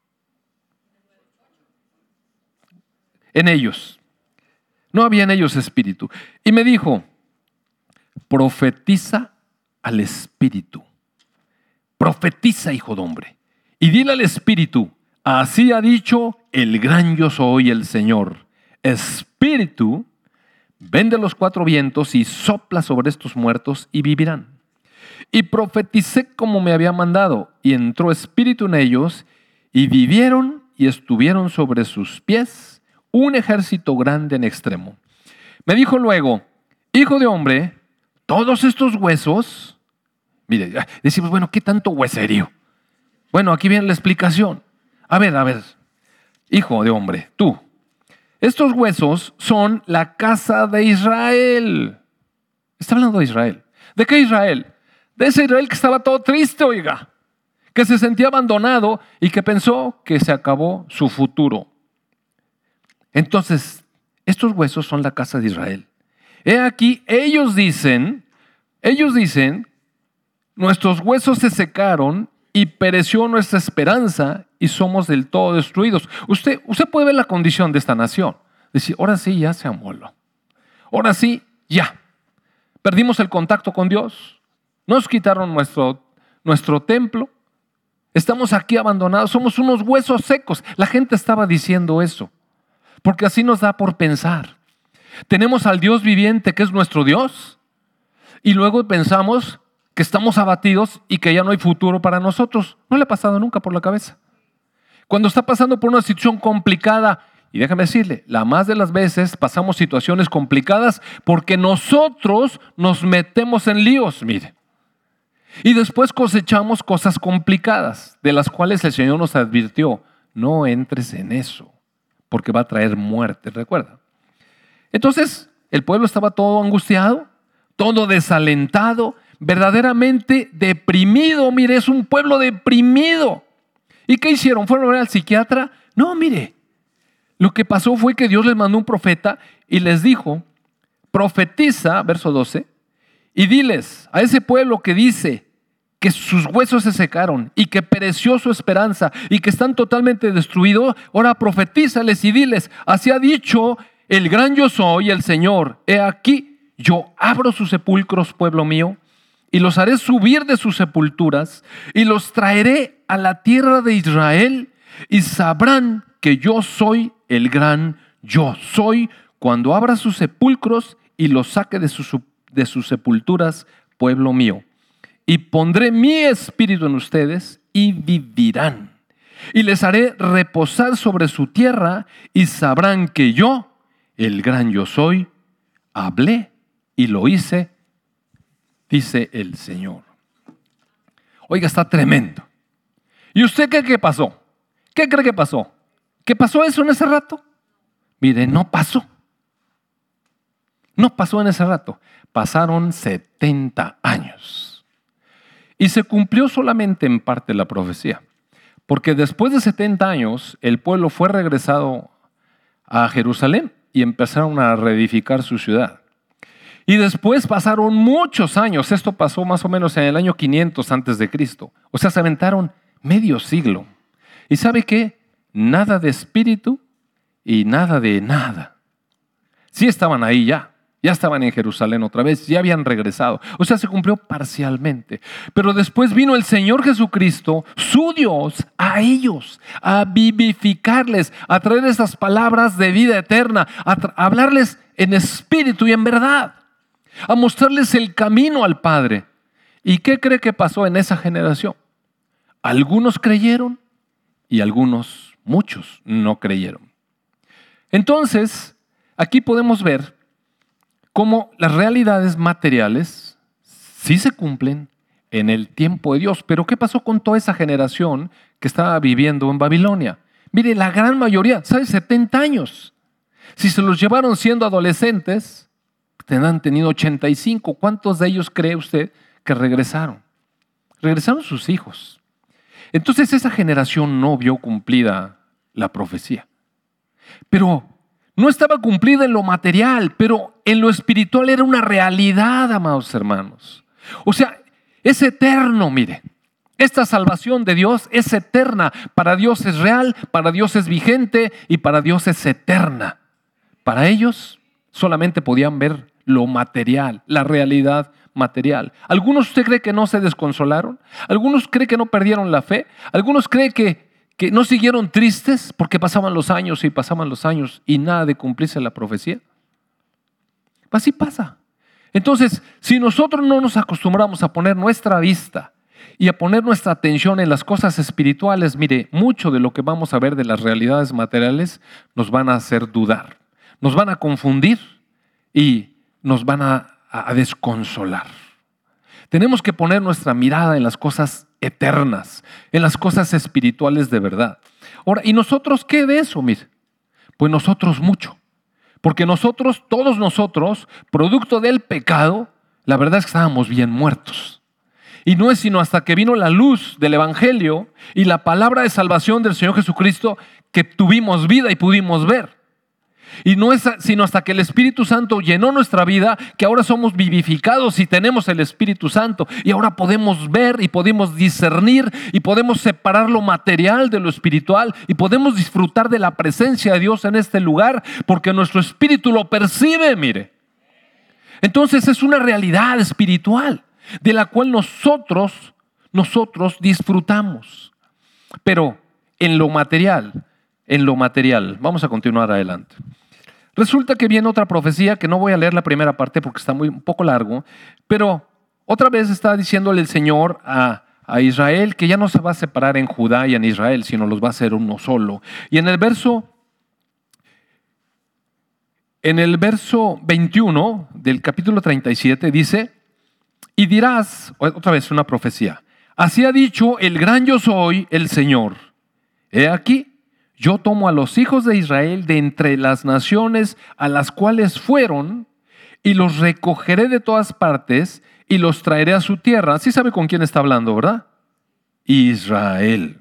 En ellos. No había en ellos espíritu. Y me dijo, profetiza al espíritu. Profetiza, hijo de hombre. Y dile al espíritu, así ha dicho el gran yo soy, el Señor. Espíritu, ven de los cuatro vientos y sopla sobre estos muertos y vivirán. Y profeticé como me había mandado, y entró espíritu en ellos, y vivieron y estuvieron sobre sus pies un ejército grande en extremo. Me dijo luego, hijo de hombre, todos estos huesos, mire, decimos, bueno, ¿qué tanto hueserío? Bueno, aquí viene la explicación. A ver, a ver, hijo de hombre, tú, estos huesos son la casa de Israel. Está hablando de Israel. ¿De qué Israel? De ese Israel que estaba todo triste, oiga, que se sentía abandonado y que pensó que se acabó su futuro. Entonces, estos huesos son la casa de Israel. He aquí, ellos dicen, ellos dicen nuestros huesos se secaron y pereció nuestra esperanza y somos del todo destruidos. Usted, usted puede ver la condición de esta nación. Decir, ahora sí ya se amoló. Ahora sí, ya. Perdimos el contacto con Dios. Nos quitaron nuestro, nuestro templo. Estamos aquí abandonados. Somos unos huesos secos. La gente estaba diciendo eso. Porque así nos da por pensar. Tenemos al Dios viviente que es nuestro Dios. Y luego pensamos que estamos abatidos y que ya no hay futuro para nosotros. No le ha pasado nunca por la cabeza. Cuando está pasando por una situación complicada, y déjame decirle, la más de las veces pasamos situaciones complicadas porque nosotros nos metemos en líos, mire. Y después cosechamos cosas complicadas, de las cuales el Señor nos advirtió, no entres en eso, porque va a traer muerte, recuerda. Entonces, el pueblo estaba todo angustiado, todo desalentado, verdaderamente deprimido. Mire, es un pueblo deprimido. ¿Y qué hicieron? ¿Fueron a ver al psiquiatra? No, mire. Lo que pasó fue que Dios les mandó un profeta y les dijo, profetiza, verso doce, y diles a ese pueblo que dice que sus huesos se secaron y que pereció su esperanza y que están totalmente destruidos, ahora profetízales y diles, así ha dicho el gran yo soy, el Señor, he aquí, yo abro sus sepulcros, pueblo mío, y los haré subir de sus sepulturas y los traeré a la tierra de Israel y sabrán que yo soy el gran yo soy cuando abra sus sepulcros y los saque de sus, de sus sepulturas, pueblo mío. Y pondré mi espíritu en ustedes y vivirán. Y les haré reposar sobre su tierra y sabrán que yo, el gran yo soy, hablé y lo hice, dice el Señor. Oiga, está tremendo. ¿Y usted qué, qué pasó? ¿Qué cree que pasó? ¿Qué pasó eso en ese rato? Mire, no pasó. No pasó en ese rato. Pasaron setenta años. Y se cumplió solamente en parte la profecía. Porque después de setenta años, el pueblo fue regresado a Jerusalén y empezaron a reedificar su ciudad. Y después pasaron muchos años. Esto pasó más o menos en el año quinientos antes de Cristo. O sea, se aventaron medio siglo. ¿Y sabe qué? Nada de espíritu y nada de nada. Sí estaban ahí ya. Ya estaban en Jerusalén otra vez, ya habían regresado. O sea, se cumplió parcialmente. Pero después vino el Señor Jesucristo, su Dios, a ellos, a vivificarles, a traer esas palabras de vida eterna, a, a hablarles en espíritu y en verdad, a mostrarles el camino al Padre. ¿Y qué cree que pasó en esa generación? Algunos creyeron y algunos, muchos, no creyeron. Entonces, aquí podemos ver cómo las realidades materiales sí se cumplen en el tiempo de Dios. Pero ¿qué pasó con toda esa generación que estaba viviendo en Babilonia? Mire, la gran mayoría, ¿sabe? setenta años. Si se los llevaron siendo adolescentes, tendrán tenido ochenta y cinco. ¿Cuántos de ellos cree usted que regresaron? Regresaron sus hijos. Entonces esa generación no vio cumplida la profecía. Pero no estaba cumplida en lo material, pero en lo espiritual era una realidad, amados hermanos. O sea, es eterno, mire. Esta salvación de Dios es eterna. Para Dios es real, para Dios es vigente y para Dios es eterna. Para ellos solamente podían ver lo material, la realidad material. ¿Algunos usted cree que no se desconsolaron? ¿Algunos cree que no perdieron la fe? ¿Algunos cree que, que no siguieron tristes porque pasaban los años y pasaban los años y nada de cumplirse la profecía? Así pasa. Entonces, si nosotros no nos acostumbramos a poner nuestra vista y a poner nuestra atención en las cosas espirituales, mire, mucho de lo que vamos a ver de las realidades materiales nos van a hacer dudar, nos van a confundir y nos van a, a desconsolar. Tenemos que poner nuestra mirada en las cosas eternas, en las cosas espirituales de verdad. Ahora, ¿y nosotros qué de eso? Mire, pues nosotros mucho. Porque nosotros, todos nosotros, producto del pecado, la verdad es que estábamos bien muertos. Y no es sino hasta que vino la luz del Evangelio y la palabra de salvación del Señor Jesucristo que tuvimos vida y pudimos ver. Y no es sino hasta que el Espíritu Santo llenó nuestra vida que ahora somos vivificados y tenemos el Espíritu Santo. Y ahora podemos ver y podemos discernir y podemos separar lo material de lo espiritual y podemos disfrutar de la presencia de Dios en este lugar porque nuestro espíritu lo percibe, mire. Entonces es una realidad espiritual de la cual nosotros, nosotros disfrutamos. Pero en lo material, en lo material, vamos a continuar adelante. Resulta que viene otra profecía que no voy a leer la primera parte porque está muy, un poco largo, pero otra vez está diciéndole el Señor a, a Israel que ya no se va a separar en Judá y en Israel, sino los va a hacer uno solo. Y en el verso, en el verso veintiuno del capítulo treinta y siete dice, y dirás, otra vez una profecía, así ha dicho el gran yo soy, el Señor. He aquí, yo tomo a los hijos de Israel de entre las naciones a las cuales fueron y los recogeré de todas partes y los traeré a su tierra. ¿Sí sabe con quién está hablando, verdad? Israel.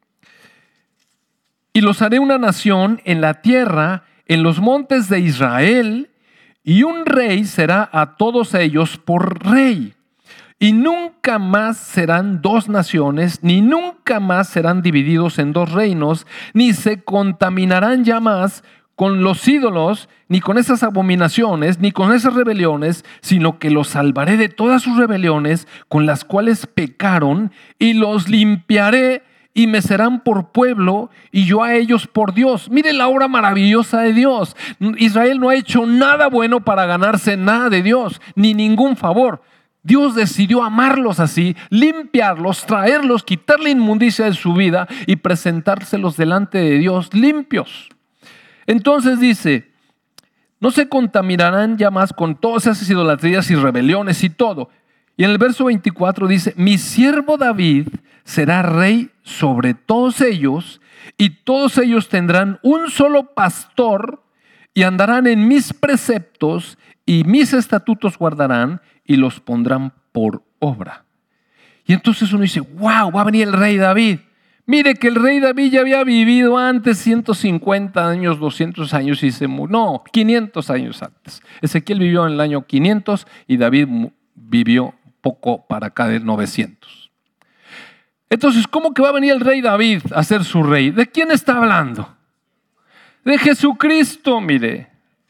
Y los haré una nación en la tierra, en los montes de Israel, y un rey será a todos ellos por rey. Y nunca más serán dos naciones, ni nunca más serán divididos en dos reinos, ni se contaminarán ya más con los ídolos, ni con esas abominaciones, ni con esas rebeliones, sino que los salvaré de todas sus rebeliones con las cuales pecaron, y los limpiaré, y me serán por pueblo, y yo a ellos por Dios. Mire la obra maravillosa de Dios. Israel no ha hecho nada bueno para ganarse nada de Dios, ni ningún favor. Dios decidió amarlos así, limpiarlos, traerlos, quitar la inmundicia de su vida y presentárselos delante de Dios limpios. Entonces dice, no se contaminarán ya más con todas esas idolatrías y rebeliones y todo. Y en el verso veinticuatro dice, mi siervo David será rey sobre todos ellos y todos ellos tendrán un solo pastor y andarán en mis preceptos y mis estatutos guardarán y los pondrán por obra. Y entonces uno dice, wow, va a venir el rey David. Mire que el rey David ya había vivido antes ciento cincuenta años, doscientos años y se murió. No, quinientos años antes. Ezequiel vivió en el año quinientos y David vivió poco para acá de novecientos. Entonces, ¿cómo que va a venir el rey David a ser su rey? ¿De quién está hablando? De Jesucristo, mire.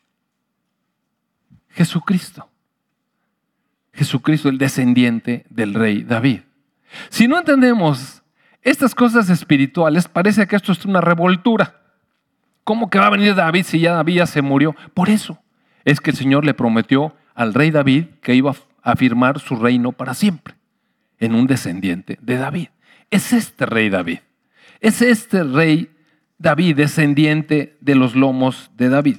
Jesucristo. Jesucristo, el descendiente del rey David. Si no entendemos estas cosas espirituales, parece que esto es una revoltura. ¿Cómo que va a venir David si ya David ya se murió? Por eso es que el Señor le prometió al rey David que iba a afirmar su reino para siempre en un descendiente de David. Es este rey David. Es este rey David, descendiente de los lomos de David.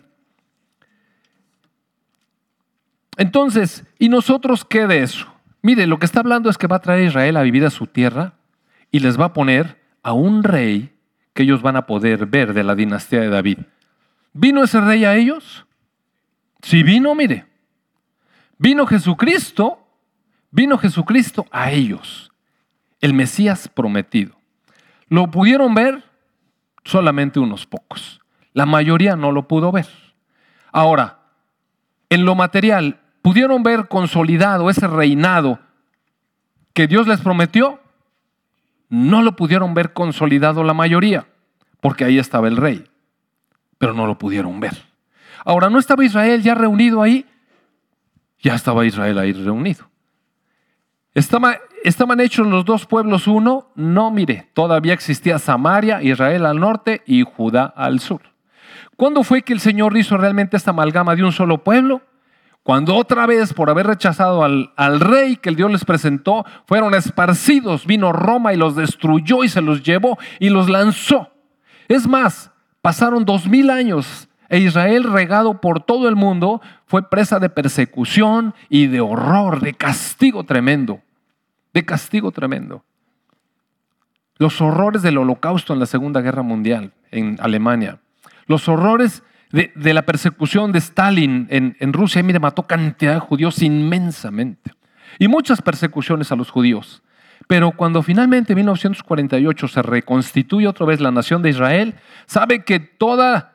Entonces, ¿y nosotros qué de eso? Mire, lo que está hablando es que va a traer a Israel a vivir a su tierra y les va a poner a un rey que ellos van a poder ver de la dinastía de David. ¿Vino ese rey a ellos? Sí vino, mire. Vino Jesucristo, vino Jesucristo a ellos, el Mesías prometido. ¿Lo pudieron ver? Solamente unos pocos. La mayoría no lo pudo ver. Ahora, en lo material, ¿pudieron ver consolidado ese reinado que Dios les prometió? No lo pudieron ver consolidado la mayoría, porque ahí estaba el rey, pero no lo pudieron ver. Ahora, ¿no estaba Israel ya reunido ahí? Ya estaba Israel ahí reunido. ¿Estaba, ¿Estaban hechos los dos pueblos uno? No, mire, todavía existía Samaria, Israel al norte y Judá al sur. ¿Cuándo fue que el Señor hizo realmente esta amalgama de un solo pueblo? Cuando otra vez, por haber rechazado al, al rey que el Dios les presentó, fueron esparcidos, vino Roma y los destruyó y se los llevó y los lanzó. Es más, pasaron dos mil años e Israel, regado por todo el mundo, fue presa de persecución y de horror, de castigo tremendo, de castigo tremendo. Los horrores del Holocausto en la Segunda Guerra Mundial en Alemania, los horrores De, de la persecución de Stalin en, en Rusia, mire, mató cantidad de judíos inmensamente. Y muchas persecuciones a los judíos. Pero cuando finalmente en mil novecientos cuarenta y ocho se reconstituye otra vez la nación de Israel, sabe que toda,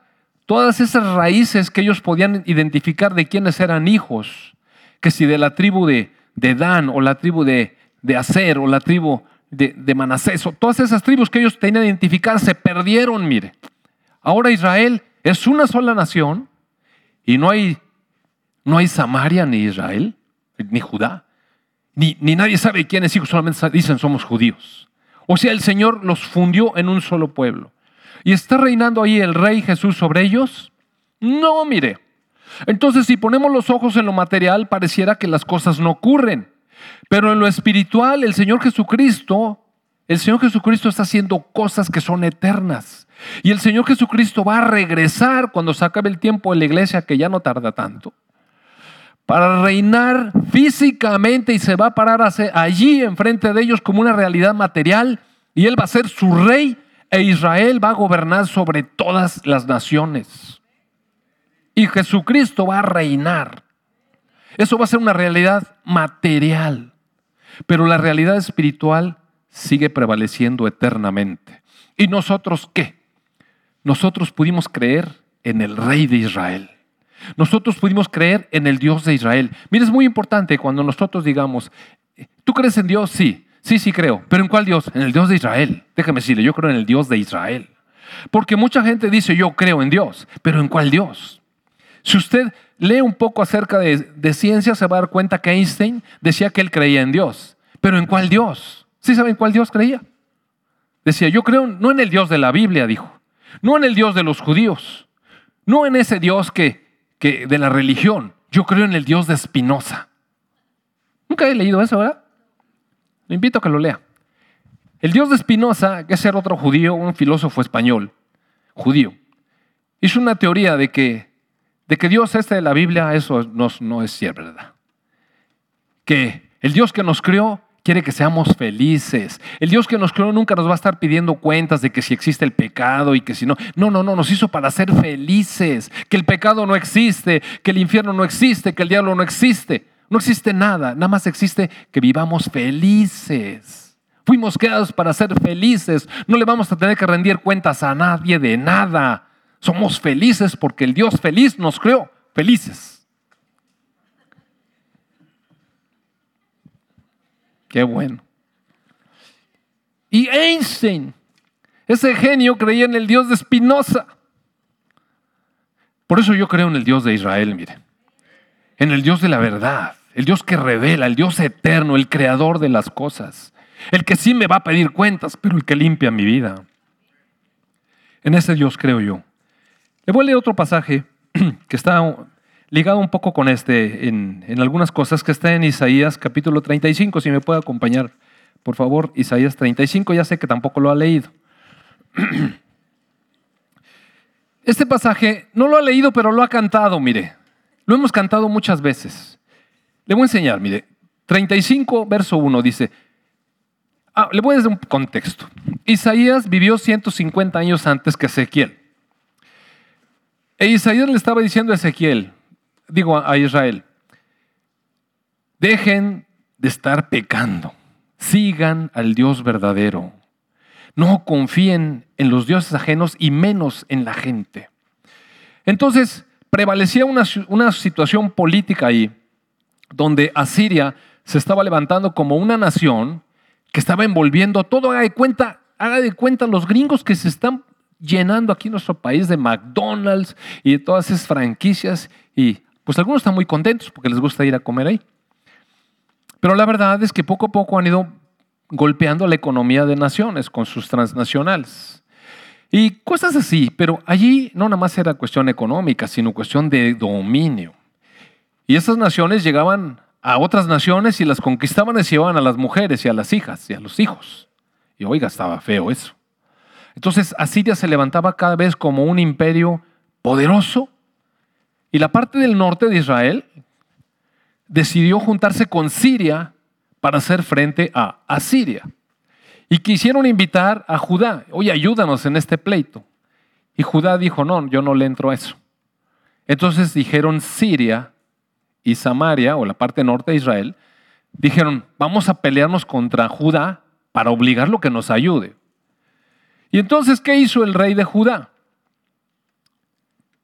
todas esas raíces que ellos podían identificar de quiénes eran hijos, que si de la tribu de, de Dan o la tribu de, de Aser o la tribu de, de Manasés, o todas esas tribus que ellos tenían identificadas se perdieron, mire. Ahora Israel es una sola nación y no hay, no hay Samaria ni Israel, ni Judá, ni, ni nadie sabe quién es hijo, solamente dicen somos judíos. O sea, el Señor los fundió en un solo pueblo. ¿Y está reinando ahí el Rey Jesús sobre ellos? No, mire. Entonces, si ponemos los ojos en lo material, pareciera que las cosas no ocurren. Pero en lo espiritual, el Señor Jesucristo, el Señor Jesucristo está haciendo cosas que son eternas. Y el Señor Jesucristo va a regresar cuando se acabe el tiempo de la iglesia, que ya no tarda tanto, para reinar físicamente, y se va a parar allí enfrente de ellos como una realidad material, y Él va a ser su rey, e Israel va a gobernar sobre todas las naciones. Y Jesucristo va a reinar. Eso va a ser una realidad material, pero la realidad espiritual sigue prevaleciendo eternamente. ¿Y nosotros qué? Nosotros pudimos creer en el Rey de Israel. Nosotros pudimos creer en el Dios de Israel. Mira, es muy importante cuando nosotros digamos, ¿tú crees en Dios? Sí, sí, sí creo. ¿Pero en cuál Dios? En el Dios de Israel. Déjame decirle, yo creo en el Dios de Israel. Porque mucha gente dice, yo creo en Dios, pero ¿en cuál Dios? Si usted lee un poco acerca de, de ciencia, se va a dar cuenta que Einstein decía que él creía en Dios. ¿Pero en cuál Dios? ¿Sí saben cuál Dios creía? Decía, yo creo no en el Dios de la Biblia, dijo. No en el Dios de los judíos. No en ese Dios que, que de la religión. Yo creo en el Dios de Spinoza. Nunca he leído eso, ¿verdad? Le invito a que lo lea. El Dios de Spinoza, que es otro judío, un filósofo español, judío, hizo una teoría de que De que Dios este de la Biblia, eso no, no es cierto, ¿verdad? Que el Dios que nos creó quiere que seamos felices. El Dios que nos creó nunca nos va a estar pidiendo cuentas de que si existe el pecado y que si no. No, no, no, nos hizo para ser felices. Que el pecado no existe, que el infierno no existe, que el diablo no existe. No existe nada, nada más existe que vivamos felices. Fuimos creados para ser felices. No le vamos a tener que rendir cuentas a nadie de nada. Somos felices porque el Dios feliz nos creó felices. Qué bueno. Y Einstein, ese genio, creía en el Dios de Spinoza. Por eso yo creo en el Dios de Israel, mire. En el Dios de la verdad, el Dios que revela, el Dios eterno, el creador de las cosas. El que sí me va a pedir cuentas, pero el que limpia mi vida. En ese Dios creo yo. Le voy a leer otro pasaje que está ligado un poco con este en, en algunas cosas, que está en Isaías capítulo treinta y cinco. Si me puede acompañar, por favor, Isaías treinta y cinco. Ya sé que tampoco lo ha leído. Este pasaje no lo ha leído, pero lo ha cantado, mire. Lo hemos cantado muchas veces. Le voy a enseñar, mire. treinta y cinco, verso uno dice, ah, le voy a dar un contexto. Isaías vivió ciento cincuenta años antes que Ezequiel. E Isaías le estaba diciendo a Ezequiel, digo a Israel, dejen de estar pecando, sigan al Dios verdadero, no confíen en los dioses ajenos y menos en la gente. Entonces prevalecía una, una situación política ahí, donde Asiria se estaba levantando como una nación que estaba envolviendo todo. Haga de cuenta, haga de cuenta los gringos que se están llenando aquí en nuestro país de McDonald's y de todas esas franquicias, y pues algunos están muy contentos porque les gusta ir a comer ahí. Pero la verdad es que poco a poco han ido golpeando la economía de naciones con sus transnacionales y cosas así, pero allí no nada más era cuestión económica, sino cuestión de dominio. Y esas naciones llegaban a otras naciones y las conquistaban y se llevaban a las mujeres y a las hijas y a los hijos. Y oiga, estaba feo eso. Entonces Asiria se levantaba cada vez como un imperio poderoso, y la parte del norte de Israel decidió juntarse con Siria para hacer frente a Asiria. Y quisieron invitar a Judá, oye, ayúdanos en este pleito. Y Judá dijo, no, yo no le entro a eso. Entonces dijeron Siria y Samaria, o la parte norte de Israel, dijeron, vamos a pelearnos contra Judá para obligarlo a que nos ayude. Y entonces, ¿qué hizo el rey de Judá?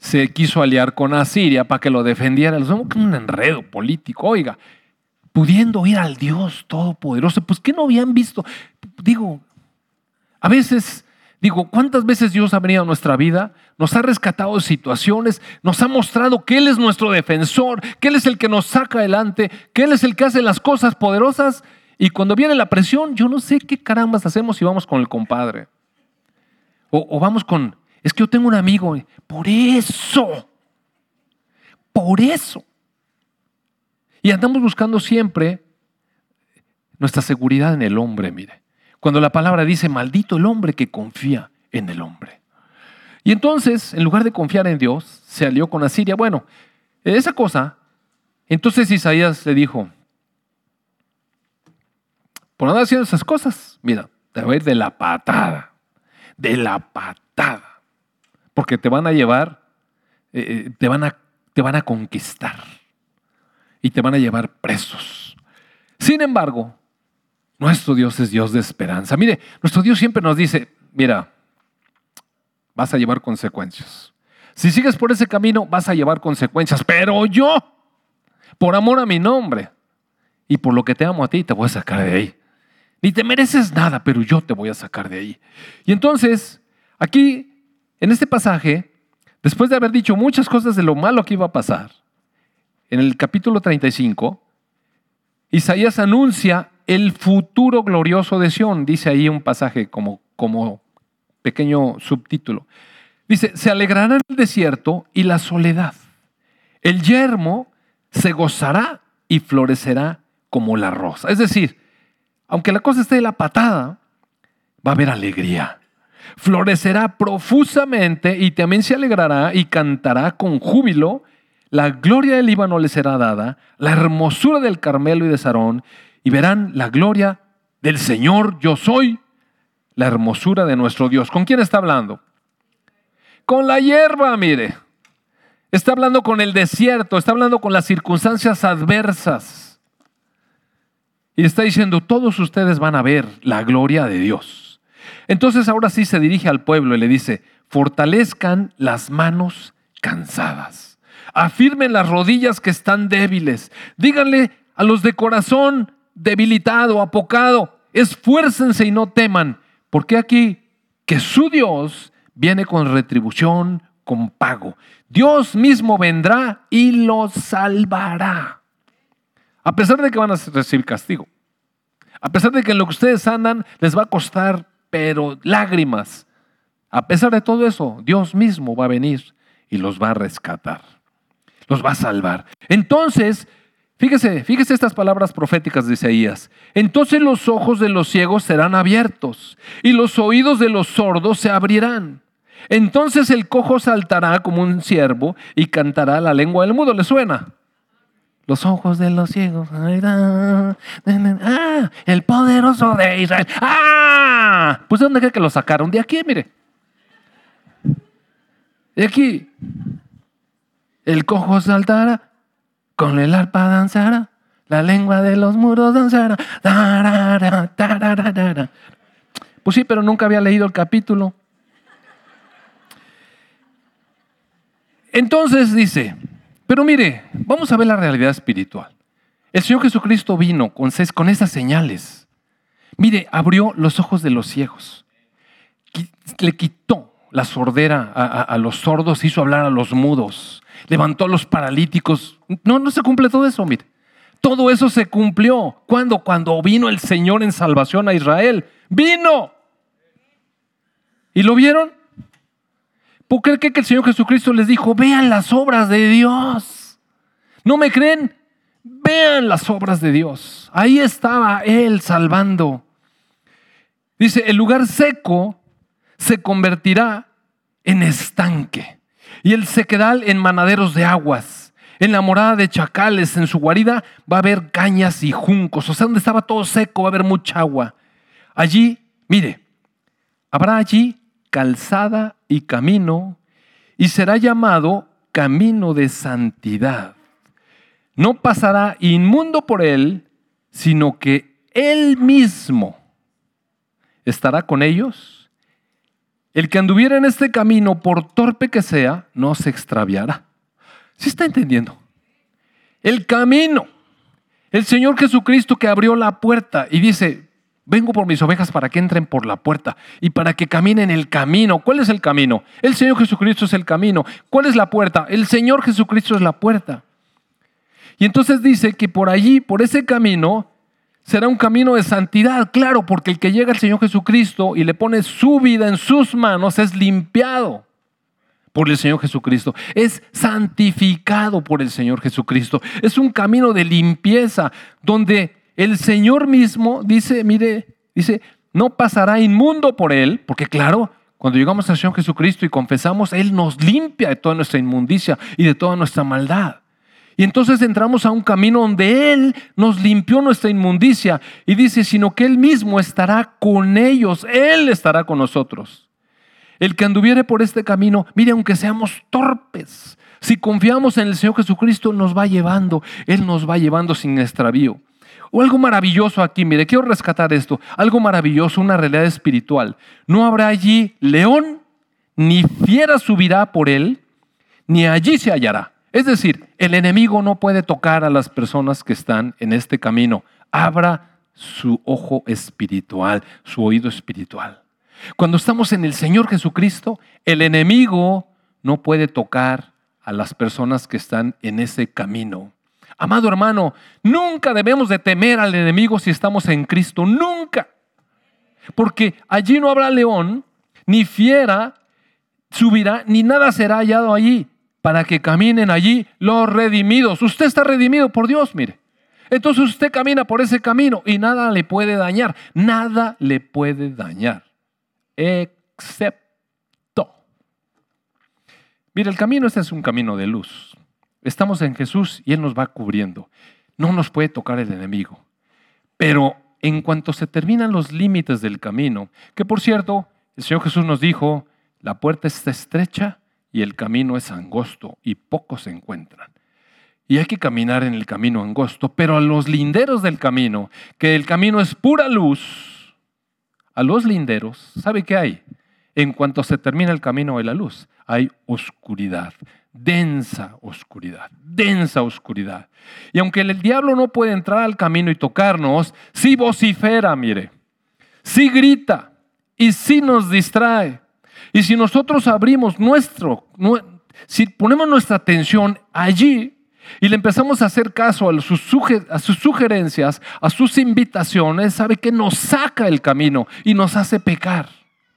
se quiso aliar con Asiria para que lo defendiera. Es un enredo político, oiga, pudiendo ir al Dios Todopoderoso, pues ¿qué no habían visto? Digo, a veces, digo, ¿cuántas veces Dios ha venido a nuestra vida? Nos ha rescatado de situaciones, nos ha mostrado que Él es nuestro defensor, que Él es el que nos saca adelante, que Él es el que hace las cosas poderosas. Y cuando viene la presión, yo no sé qué carambas hacemos si vamos con el compadre. O, o vamos con, es que yo tengo un amigo, por eso, por eso. Y andamos buscando siempre nuestra seguridad en el hombre, mire. Cuando la palabra dice, maldito el hombre que confía en el hombre. Y entonces, en lugar de confiar en Dios, se alió con Asiria. Bueno, esa cosa, entonces Isaías le dijo, por andar haciendo esas cosas, mira, te va a ir de la patada, de la patada, porque te van a llevar, eh, te van a, te van a conquistar y te van a llevar presos. Sin embargo, nuestro Dios es Dios de esperanza. Mire, nuestro Dios siempre nos dice, mira, vas a llevar consecuencias. Si sigues por ese camino, vas a llevar consecuencias. Pero yo, por amor a mi nombre y por lo que te amo a ti, te voy a sacar de ahí. Ni te mereces nada, pero yo te voy a sacar de ahí. Y entonces, aquí, en este pasaje, después de haber dicho muchas cosas de lo malo que iba a pasar, en el capítulo treinta y cinco, Isaías anuncia el futuro glorioso de Sión. Dice ahí un pasaje como, como pequeño subtítulo. Dice, se alegrará el desierto y la soledad. El yermo se gozará y florecerá como la rosa. Es decir, aunque la cosa esté de la patada, va a haber alegría. Florecerá profusamente y también se alegrará y cantará con júbilo. La gloria del Líbano le será dada, la hermosura del Carmelo y de Sarón, y verán la gloria del Señor, yo soy, la hermosura de nuestro Dios. ¿Con quién está hablando? Con la hierba, mire. Está hablando con el desierto, está hablando con las circunstancias adversas. Y está diciendo, todos ustedes van a ver la gloria de Dios. Entonces ahora sí se dirige al pueblo y le dice, fortalezcan las manos cansadas. Afirmen las rodillas que están débiles. Díganle a los de corazón debilitado, apocado, esfuércense y no teman, porque aquí que su Dios viene con retribución, con pago. Dios mismo vendrá y los salvará. A pesar de que van a recibir castigo. A pesar de que en lo que ustedes andan les va a costar, pero lágrimas. A pesar de todo eso, Dios mismo va a venir y los va a rescatar. Los va a salvar. Entonces, fíjese, fíjese estas palabras proféticas de Isaías. Entonces los ojos de los ciegos serán abiertos y los oídos de los sordos se abrirán. Entonces el cojo saltará como un ciervo y cantará la lengua del mudo. ¿Le suena? Los ojos de los ciegos. Ah, el poderoso de Israel. ¡Ah! Pues ¿de dónde cree que lo sacaron? De aquí, mire. De aquí. El cojo saltará, con el arpa danzará, la lengua de los muros danzará. Tarara, tarara, tarara. Pues sí, pero nunca había leído el capítulo. Entonces dice, pero mire, vamos a ver la realidad espiritual. El Señor Jesucristo vino con, con esas señales. Mire, abrió los ojos de los ciegos. Le quitó la sordera a, a, a los sordos, hizo hablar a los mudos. Levantó a los paralíticos. No, no se cumple todo eso, mire. Todo eso se cumplió. ¿Cuándo? Cuando vino el Señor en salvación a Israel. ¡Vino! ¿Y lo vieron? ¿Por qué creen que el Señor Jesucristo les dijo, vean las obras de Dios? ¿No me creen? Vean las obras de Dios. Ahí estaba Él salvando. Dice, el lugar seco se convertirá en estanque y el sequedal en manaderos de aguas. En la morada de chacales, en su guarida, va a haber cañas y juncos. O sea, donde estaba todo seco, va a haber mucha agua. Allí, mire, habrá allí calzada y camino, y será llamado camino de santidad. No pasará inmundo por él, sino que él mismo estará con ellos. el que anduviera en este camino, por torpe que sea, no se extraviará. ¿Sí está entendiendo? El camino. El Señor Jesucristo que abrió la puerta y dice, vengo por mis ovejas para que entren por la puerta y para que caminen el camino. ¿Cuál es el camino? El Señor Jesucristo es el camino. ¿Cuál es la puerta? El Señor Jesucristo es la puerta. Y entonces dice que por allí, por ese camino, será un camino de santidad. Claro, porque el que llega al Señor Jesucristo y le pone su vida en sus manos es limpiado por el Señor Jesucristo. Es santificado por el Señor Jesucristo. Es un camino de limpieza donde el Señor mismo dice, mire, dice, no pasará inmundo por él, porque claro, cuando llegamos al Señor Jesucristo y confesamos, Él nos limpia de toda nuestra inmundicia y de toda nuestra maldad. Y entonces entramos a un camino donde Él nos limpió nuestra inmundicia y dice, sino que Él mismo estará con ellos, Él estará con nosotros. El que anduviere por este camino, mire, aunque seamos torpes, si confiamos en el Señor Jesucristo, nos va llevando, Él nos va llevando sin extravío. O algo maravilloso aquí, mire, quiero rescatar esto, algo maravilloso, una realidad espiritual. No habrá allí león, ni fiera subirá por él, ni allí se hallará. Es decir, el enemigo no puede tocar a las personas que están en este camino. Abra su ojo espiritual, su oído espiritual. Cuando estamos en el Señor Jesucristo, el enemigo no puede tocar a las personas que están en ese camino. Amado hermano, nunca debemos de temer al enemigo si estamos en Cristo, nunca. Porque allí no habrá león, ni fiera subirá, ni nada será hallado allí, para que caminen allí los redimidos. Usted está redimido por Dios, mire. Entonces usted camina por ese camino y nada le puede dañar, nada le puede dañar, excepto. Mire, el camino este es un camino de luz. Estamos en Jesús y Él nos va cubriendo. No nos puede tocar el enemigo. Pero en cuanto se terminan los límites del camino, que por cierto, el Señor Jesús nos dijo, la puerta está estrecha y el camino es angosto y pocos se encuentran. Y hay que caminar en el camino angosto, pero a los linderos del camino, que el camino es pura luz, a los linderos, ¿sabe qué hay? En cuanto se termina el camino de la luz, hay oscuridad. Densa oscuridad, densa oscuridad. Y aunque el diablo no puede entrar al camino y tocarnos, sí vocifera, mire, sí grita y sí nos distrae. Y si nosotros abrimos nuestro, si ponemos nuestra atención allí y le empezamos a hacer caso a sus, suger, a sus sugerencias, a sus invitaciones, sabe que nos saca del camino y nos hace pecar.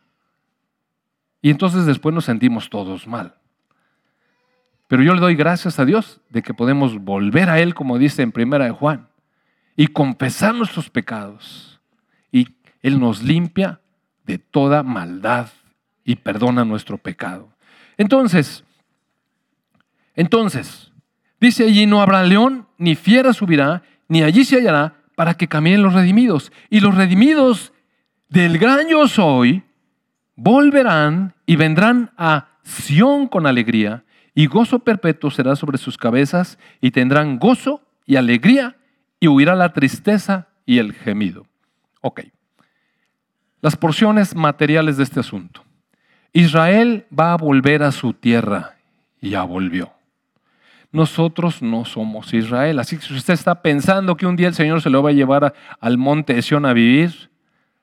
Y entonces después nos sentimos todos mal. Pero yo le doy gracias a Dios de que podemos volver a Él, como dice en Primera de Juan, y confesar nuestros pecados. Y Él nos limpia de toda maldad y perdona nuestro pecado. Entonces, entonces, dice allí, no habrá león, ni fiera subirá, ni allí se hallará, para que caminen los redimidos. Y los redimidos del gran yo soy volverán y vendrán a Sión con alegría, y gozo perpetuo será sobre sus cabezas, y tendrán gozo y alegría, y huirá la tristeza y el gemido. Ok. Las porciones materiales de este asunto. Israel va a volver a su tierra, y ya volvió. Nosotros no somos Israel, así que si usted está pensando que un día el Señor se lo va a llevar a, al monte de Sión a vivir,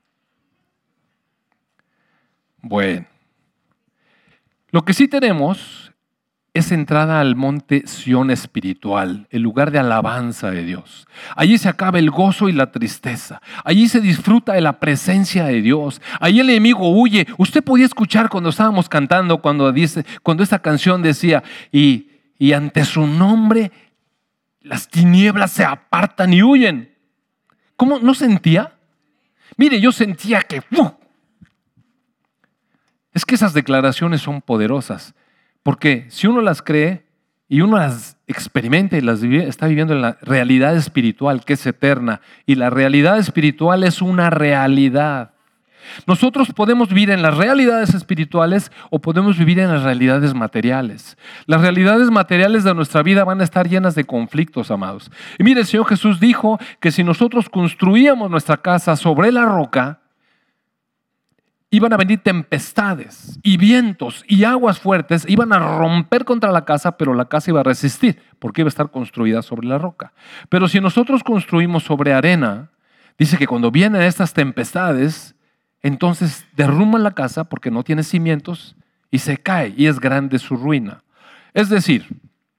bueno. Lo que sí tenemos es entrada al monte Sión espiritual, el lugar de alabanza de Dios. Allí se acaba el gozo y la tristeza. Allí se disfruta de la presencia de Dios. Allí el enemigo huye. Usted podía escuchar cuando estábamos cantando, cuando, dice, cuando esta canción decía, y, y ante su nombre las tinieblas se apartan y huyen. ¿Cómo no sentía? Mire, yo sentía que... ¡uh! Es que esas declaraciones son poderosas. Porque si uno las cree y uno las experimenta y las vive, está viviendo en la realidad espiritual que es eterna. Y la realidad espiritual es una realidad. Nosotros podemos vivir en las realidades espirituales o podemos vivir en las realidades materiales. Las realidades materiales de nuestra vida van a estar llenas de conflictos, amados. Y mire, el Señor Jesús dijo que si nosotros construíamos nuestra casa sobre la roca, iban a venir tempestades y vientos y aguas fuertes, iban a romper contra la casa, pero la casa iba a resistir porque iba a estar construida sobre la roca. Pero si nosotros construimos sobre arena, dice que cuando vienen estas tempestades, entonces derrumban la casa porque no tiene cimientos y se cae y es grande su ruina. Es decir,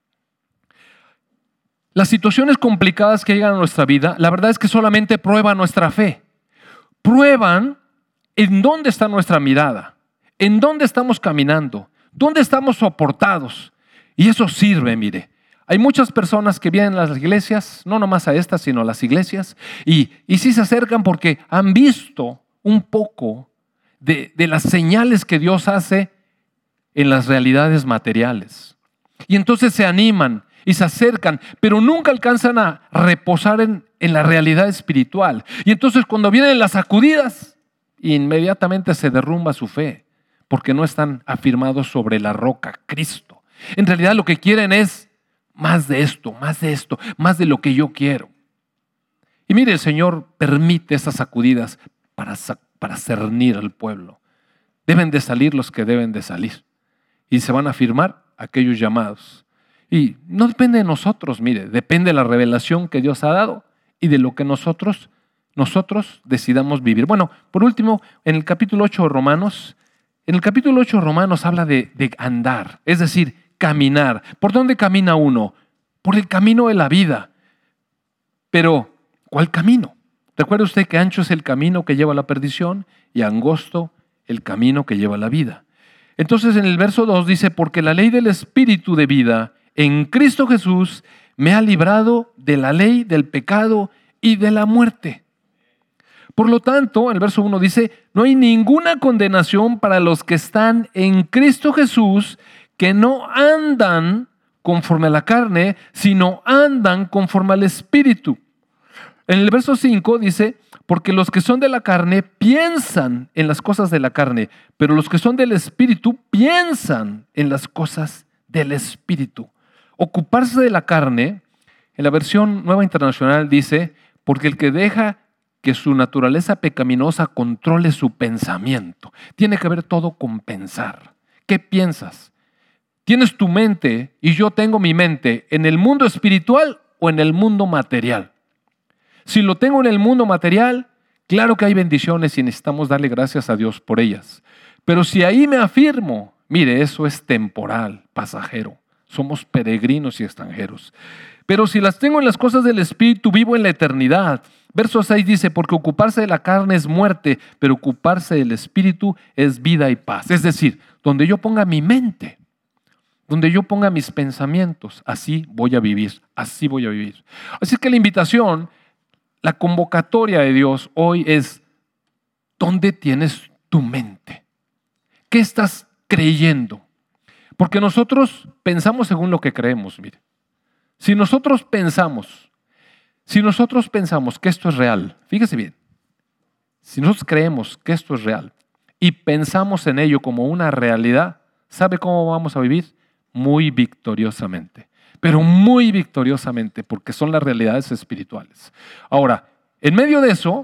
las situaciones complicadas que llegan a nuestra vida, la verdad es que solamente prueban nuestra fe. Prueban en dónde está nuestra mirada, en dónde estamos caminando, dónde estamos soportados. Y eso sirve, mire. Hay muchas personas que vienen a las iglesias, no nomás a estas, sino a las iglesias, y, y sí se acercan porque han visto un poco de, de las señales que Dios hace en las realidades materiales. Y entonces se animan y se acercan, pero nunca alcanzan a reposar en, en la realidad espiritual. Y entonces cuando vienen las sacudidas, inmediatamente se derrumba su fe, porque no están afirmados sobre la roca, Cristo. En realidad lo que quieren es más de esto, más de esto, más de lo que yo quiero. Y mire, el Señor permite esas sacudidas para, para cernir al pueblo. Deben de salir los que deben de salir. Y se van a afirmar aquellos llamados. Y no depende de nosotros, mire, depende de la revelación que Dios ha dado y de lo que nosotros, nosotros decidamos vivir. Bueno, por último, en el capítulo ocho de Romanos, en el capítulo ocho de Romanos habla de, de andar, es decir, caminar. ¿Por dónde camina uno? Por el camino de la vida. Pero, ¿cuál camino? Recuerde usted que ancho es el camino que lleva a la perdición y angosto el camino que lleva a la vida. Entonces en el verso dos dice, porque la ley del Espíritu de vida en Cristo Jesús me ha librado de la ley del pecado y de la muerte. Por lo tanto, el verso uno dice, no hay ninguna condenación para los que están en Cristo Jesús, que no andan conforme a la carne, sino andan conforme al Espíritu. En el verso cinco dice, porque los que son de la carne piensan en las cosas de la carne, pero los que son del Espíritu piensan en las cosas del Espíritu. Ocuparse de la carne, en la versión Nueva Internacional dice, porque el que deja que su naturaleza pecaminosa controle su pensamiento. Tiene que ver todo con pensar. ¿Qué piensas? ¿Tienes tu mente y yo tengo mi mente en el mundo espiritual o en el mundo material? Si lo tengo en el mundo material, claro que hay bendiciones y necesitamos darle gracias a Dios por ellas. Pero si ahí me afirmo, mire, eso es temporal, pasajero. Somos peregrinos y extranjeros. Pero si las tengo en las cosas del Espíritu, vivo en la eternidad. Verso seis dice, porque ocuparse de la carne es muerte, pero ocuparse del Espíritu es vida y paz. Es decir, donde yo ponga mi mente, donde yo ponga mis pensamientos, así voy a vivir, así voy a vivir. Así que la invitación, la convocatoria de Dios hoy es, ¿dónde tienes tu mente? ¿Qué estás creyendo? Porque nosotros pensamos según lo que creemos, mire. Si nosotros pensamos, si nosotros pensamos que esto es real, fíjese bien, si nosotros creemos que esto es real y pensamos en ello como una realidad, ¿sabe cómo vamos a vivir? Muy victoriosamente, pero muy victoriosamente, porque son las realidades espirituales. Ahora, en medio de eso,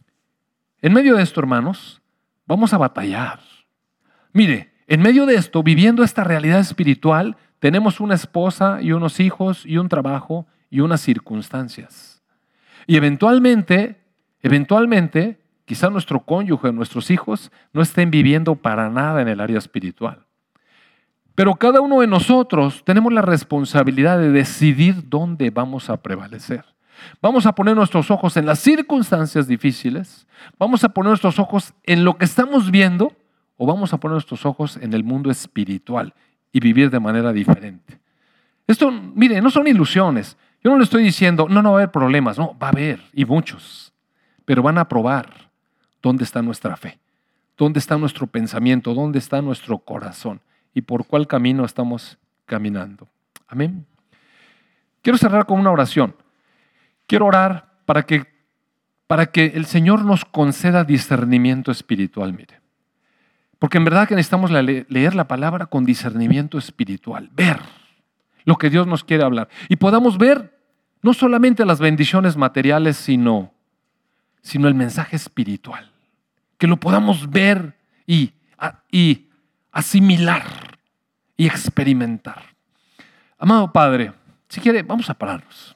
en medio de esto, hermanos, vamos a batallar. Mire, en medio de esto, viviendo esta realidad espiritual, tenemos una esposa y unos hijos y un trabajo y unas circunstancias. Y eventualmente, eventualmente, quizá nuestro cónyuge, nuestros hijos, no estén viviendo para nada en el área espiritual. Pero cada uno de nosotros tenemos la responsabilidad de decidir dónde vamos a prevalecer. Vamos a poner nuestros ojos en las circunstancias difíciles, vamos a poner nuestros ojos en lo que estamos viendo, o vamos a poner nuestros ojos en el mundo espiritual y vivir de manera diferente. Esto, mire, no son ilusiones. Yo no le estoy diciendo, no, no va a haber problemas. No, va a haber, y muchos. Pero van a probar dónde está nuestra fe, dónde está nuestro pensamiento, dónde está nuestro corazón y por cuál camino estamos caminando. Amén. Quiero cerrar con una oración. Quiero orar para que, para que el Señor nos conceda discernimiento espiritual, mire. Porque en verdad que necesitamos leer la palabra con discernimiento espiritual, ver lo que Dios nos quiere hablar. Y podamos ver no solamente las bendiciones materiales, sino, sino el mensaje espiritual. Que lo podamos ver y, y asimilar y experimentar. Amado Padre, si quiere, vamos a pararnos.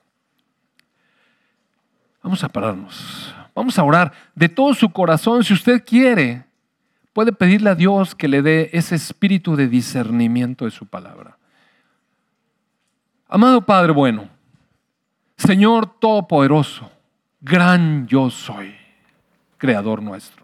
Vamos a pararnos. Vamos a orar de todo su corazón. Si usted quiere, puede pedirle a Dios que le dé ese espíritu de discernimiento de su palabra. Amado Padre bueno, Señor Todopoderoso, gran yo soy, Creador nuestro.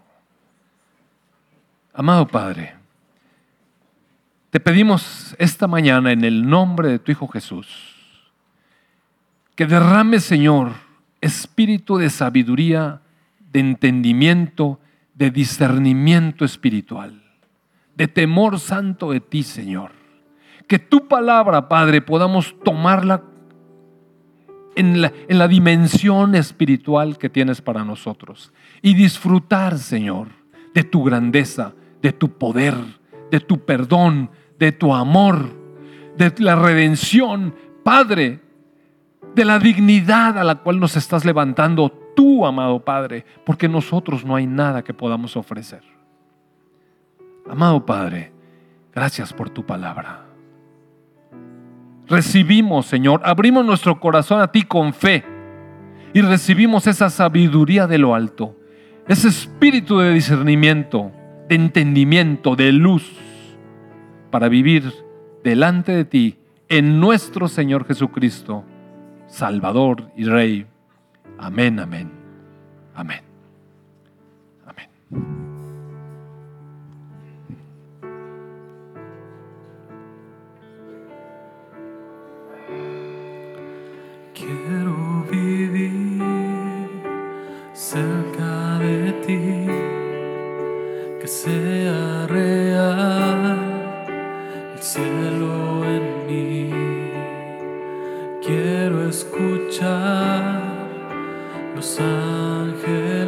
Amado Padre, te pedimos esta mañana en el nombre de tu Hijo Jesús, que derrame, Señor, espíritu de sabiduría, de entendimiento, de discernimiento espiritual, de temor santo de ti, Señor. Que tu palabra, Padre, podamos tomarla en la, en la dimensión espiritual que tienes para nosotros y disfrutar, Señor, de tu grandeza, de tu poder, de tu perdón, de tu amor, de la redención, Padre, de la dignidad a la cual nos estás levantando tú, amado Padre, porque nosotros no hay nada que podamos ofrecer. Amado Padre, gracias por tu palabra. Recibimos, Señor, abrimos nuestro corazón a ti con fe y recibimos esa sabiduría de lo alto, ese espíritu de discernimiento, de entendimiento, de luz, para vivir delante de ti en nuestro Señor Jesucristo, Salvador y Rey. Amén, amén, amén, amén. Quiero vivir cerca de ti, que sea real el cielo en mí. Quiero escuchar los ángeles